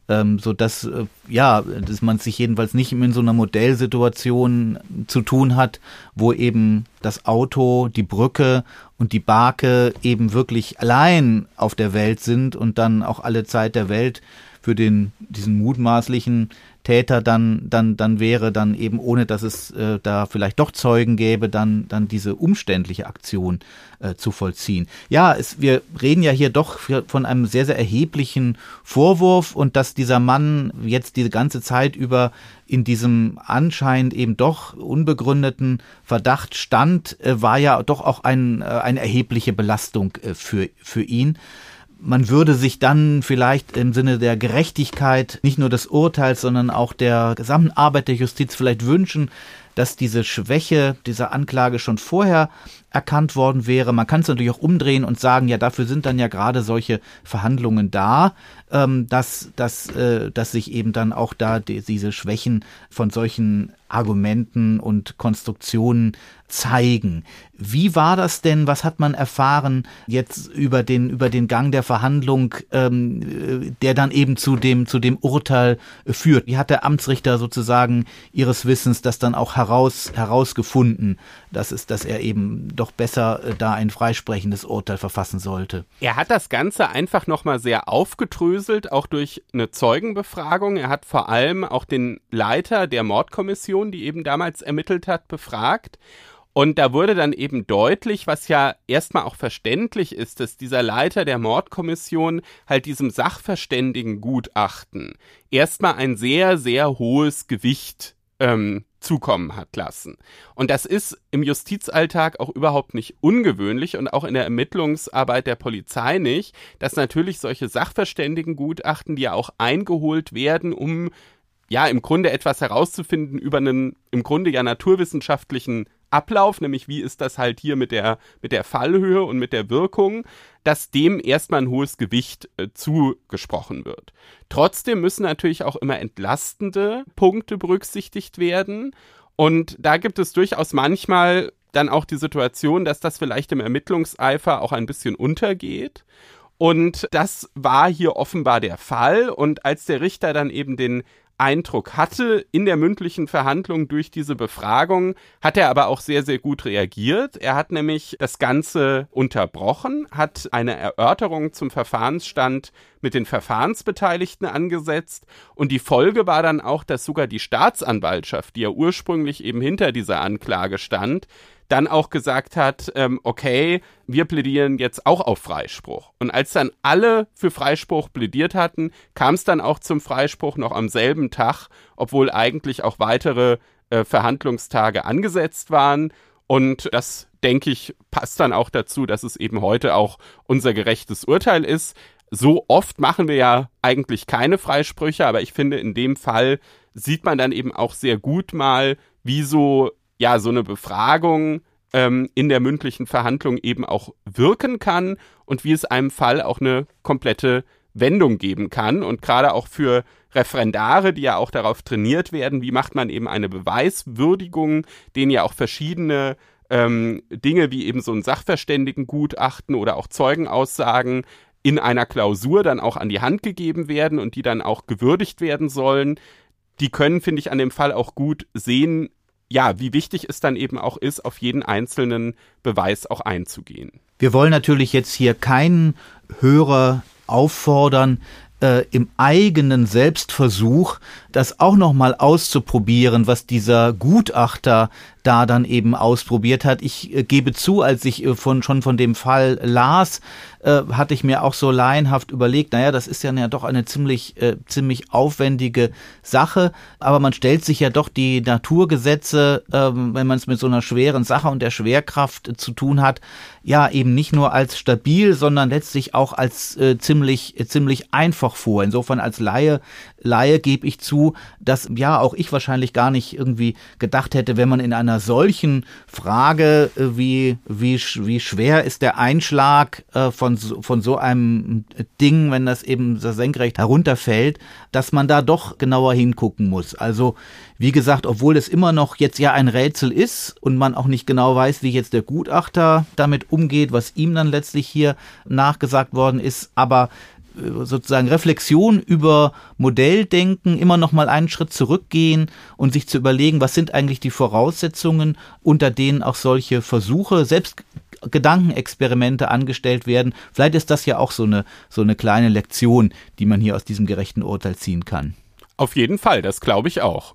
ähm, so dass äh, ja, dass man sich jedenfalls nicht in so einer Modellsituation zu tun hat, wo eben das Auto, die Brücke und die Barke eben wirklich allein auf der Welt sind und dann auch alle Zeit der Welt für den diesen mutmaßlichen Täter dann dann dann wäre, dann eben ohne, dass es äh, da vielleicht doch Zeugen gäbe, dann dann diese umständliche Aktion äh, zu vollziehen. Ja, es, wir reden ja hier doch von einem sehr, sehr erheblichen Vorwurf und dass dieser Mann jetzt diese ganze Zeit über in diesem anscheinend eben doch unbegründeten Verdacht stand, äh, war ja doch auch ein, äh, eine erhebliche Belastung äh, für, für ihn. Man würde sich dann vielleicht im Sinne der Gerechtigkeit nicht nur des Urteils, sondern auch der gesamten Arbeit der Justiz vielleicht wünschen, dass diese Schwäche dieser Anklage schon vorher erkannt worden wäre. Man kann es natürlich auch umdrehen und sagen, ja, dafür sind dann ja gerade solche Verhandlungen da, ähm, dass, dass, äh, dass sich eben dann auch da die, diese Schwächen von solchen Argumenten und Konstruktionen zeigen. Wie war das denn? Was hat man erfahren jetzt über den über den Gang der Verhandlung, ähm, der dann eben zu dem zu dem Urteil führt? Wie hat der Amtsrichter sozusagen ihres Wissens das dann auch heraus herausgefunden, dass es, dass er eben doch besser äh, da ein freisprechendes Urteil verfassen sollte? Er hat das Ganze einfach nochmal sehr aufgedröselt, auch durch eine Zeugenbefragung. Er hat vor allem auch den Leiter der Mordkommission, die eben damals ermittelt hat, befragt. Und da wurde dann eben deutlich, was ja erstmal auch verständlich ist, dass dieser Leiter der Mordkommission halt diesem Sachverständigengutachten erstmal ein sehr, sehr hohes Gewicht ähm, zukommen hat lassen. Und das ist im Justizalltag auch überhaupt nicht ungewöhnlich und auch in der Ermittlungsarbeit der Polizei nicht, dass natürlich solche Sachverständigengutachten, die ja auch eingeholt werden, um ja im Grunde etwas herauszufinden über einen im Grunde ja naturwissenschaftlichen Ablauf, nämlich wie ist das halt hier mit der mit der Fallhöhe und mit der Wirkung, dass dem erstmal ein hohes Gewicht äh, zugesprochen wird. Trotzdem müssen natürlich auch immer entlastende Punkte berücksichtigt werden und da gibt es durchaus manchmal dann auch die Situation, dass das vielleicht im Ermittlungseifer auch ein bisschen untergeht. Und das war hier offenbar der Fall und als der Richter dann eben den Eindruck hatte in der mündlichen Verhandlung durch diese Befragung, hat er aber auch sehr, sehr gut reagiert. Er hat nämlich das Ganze unterbrochen, hat eine Erörterung zum Verfahrensstand mit den Verfahrensbeteiligten angesetzt und die Folge war dann auch, dass sogar die Staatsanwaltschaft, die ja ursprünglich eben hinter dieser Anklage stand, dann auch gesagt hat, ähm, okay, wir plädieren jetzt auch auf Freispruch. Und als dann alle für Freispruch plädiert hatten, kam es dann auch zum Freispruch noch am selben Tag, obwohl eigentlich auch weitere äh, Verhandlungstage angesetzt waren. Und das, denke ich, passt dann auch dazu, dass es eben heute auch unser gerechtes Urteil ist. So oft machen wir ja eigentlich keine Freisprüche, aber ich finde, in dem Fall sieht man dann eben auch sehr gut mal, wie so ja, so eine Befragung ähm, in der mündlichen Verhandlung eben auch wirken kann und wie es einem Fall auch eine komplette Wendung geben kann. Und gerade auch für Referendare, die ja auch darauf trainiert werden, wie macht man eben eine Beweiswürdigung, denen ja auch verschiedene ähm, Dinge wie eben so ein Sachverständigengutachten oder auch Zeugenaussagen in einer Klausur dann auch an die Hand gegeben werden und die dann auch gewürdigt werden sollen. Die können, finde ich, an dem Fall auch gut sehen, ja, wie wichtig es dann eben auch ist, auf jeden einzelnen Beweis auch einzugehen. Wir wollen natürlich jetzt hier keinen Hörer auffordern, äh, im eigenen Selbstversuch das auch nochmal auszuprobieren, was dieser Gutachter da dann eben ausprobiert hat. Ich äh, gebe zu, als ich äh, von, schon von dem Fall las, äh, hatte ich mir auch so laienhaft überlegt, naja, das ist ja, ja doch eine ziemlich, äh, ziemlich aufwendige Sache, aber man stellt sich ja doch die Naturgesetze, äh, wenn man es mit so einer schweren Sache und der Schwerkraft äh, zu tun hat, ja eben nicht nur als stabil, sondern letztlich auch als äh, ziemlich, äh, ziemlich einfach vor. Insofern als Laie, Laie gebe ich zu, dass ja auch ich wahrscheinlich gar nicht irgendwie gedacht hätte, wenn man in einer solchen Frage, äh, wie, wie, wie schwer ist der Einschlag äh, von, so, von so einem Ding, wenn das eben so senkrecht herunterfällt, dass man da doch genauer hingucken muss. Also wie gesagt, obwohl es immer noch jetzt ja ein Rätsel ist und man auch nicht genau weiß, wie jetzt der Gutachter damit umgeht, was ihm dann letztlich hier nachgesagt worden ist, aber sozusagen Reflexion über Modelldenken, immer noch mal einen Schritt zurückgehen und sich zu überlegen, was sind eigentlich die Voraussetzungen, unter denen auch solche Versuche, selbst Gedankenexperimente angestellt werden. Vielleicht ist das ja auch so eine, so eine kleine Lektion, die man hier aus diesem gerechten Urteil ziehen kann. Auf jeden Fall, das glaube ich auch.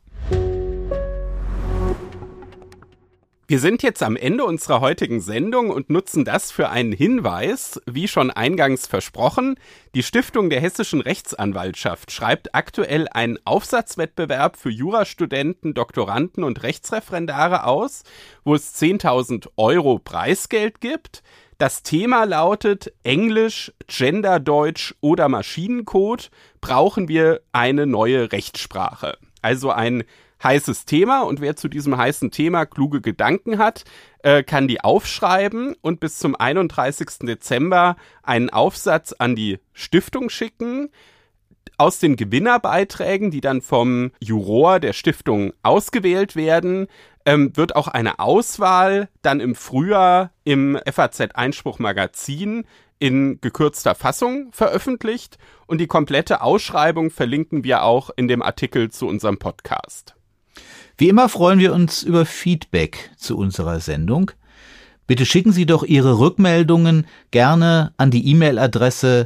Wir sind jetzt am Ende unserer heutigen Sendung und nutzen das für einen Hinweis. Wie schon eingangs versprochen, die Stiftung der Hessischen Rechtsanwaltschaft schreibt aktuell einen Aufsatzwettbewerb für Jurastudenten, Doktoranden und Rechtsreferendare aus, wo es zehntausend Euro Preisgeld gibt. Das Thema lautet Englisch, Genderdeutsch oder Maschinencode. Brauchen wir eine neue Rechtssprache? Also ein heißes Thema, und wer zu diesem heißen Thema kluge Gedanken hat, äh, kann die aufschreiben und bis zum einunddreißigsten Dezember einen Aufsatz an die Stiftung schicken. Aus den Gewinnerbeiträgen, die dann vom Juror der Stiftung ausgewählt werden, ähm, wird auch eine Auswahl dann im Frühjahr im F A Z-Einspruch-Magazin in gekürzter Fassung veröffentlicht, und die komplette Ausschreibung verlinken wir auch in dem Artikel zu unserem Podcast. Wie immer freuen wir uns über Feedback zu unserer Sendung. Bitte schicken Sie doch Ihre Rückmeldungen gerne an die E-Mail-Adresse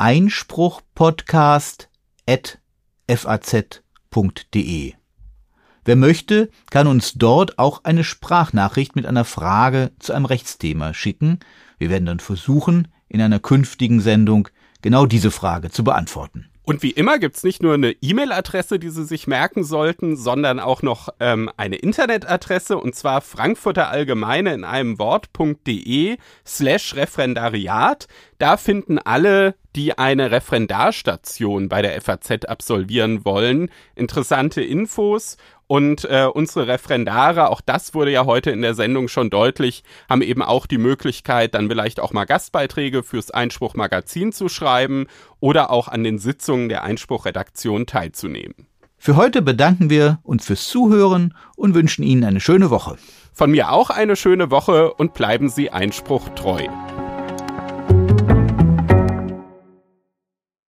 einspruchpodcast at f a z punkt d e. Wer möchte, kann uns dort auch eine Sprachnachricht mit einer Frage zu einem Rechtsthema schicken. Wir werden dann versuchen, in einer künftigen Sendung genau diese Frage zu beantworten. Und wie immer gibt's nicht nur eine E-Mail-Adresse, die Sie sich merken sollten, sondern auch noch ähm, eine Internetadresse, und zwar Frankfurter Allgemeine in einem Wort.de slash Referendariat. Da finden alle, die eine Referendarstation bei der F A Z absolvieren wollen, interessante Infos. Und äh, unsere Referendare, auch das wurde ja heute in der Sendung schon deutlich, haben eben auch die Möglichkeit, dann vielleicht auch mal Gastbeiträge fürs Einspruch-Magazin zu schreiben oder auch an den Sitzungen der Einspruchredaktion teilzunehmen. Für heute bedanken wir uns fürs Zuhören und wünschen Ihnen eine schöne Woche. Von mir auch eine schöne Woche und bleiben Sie Einspruch treu.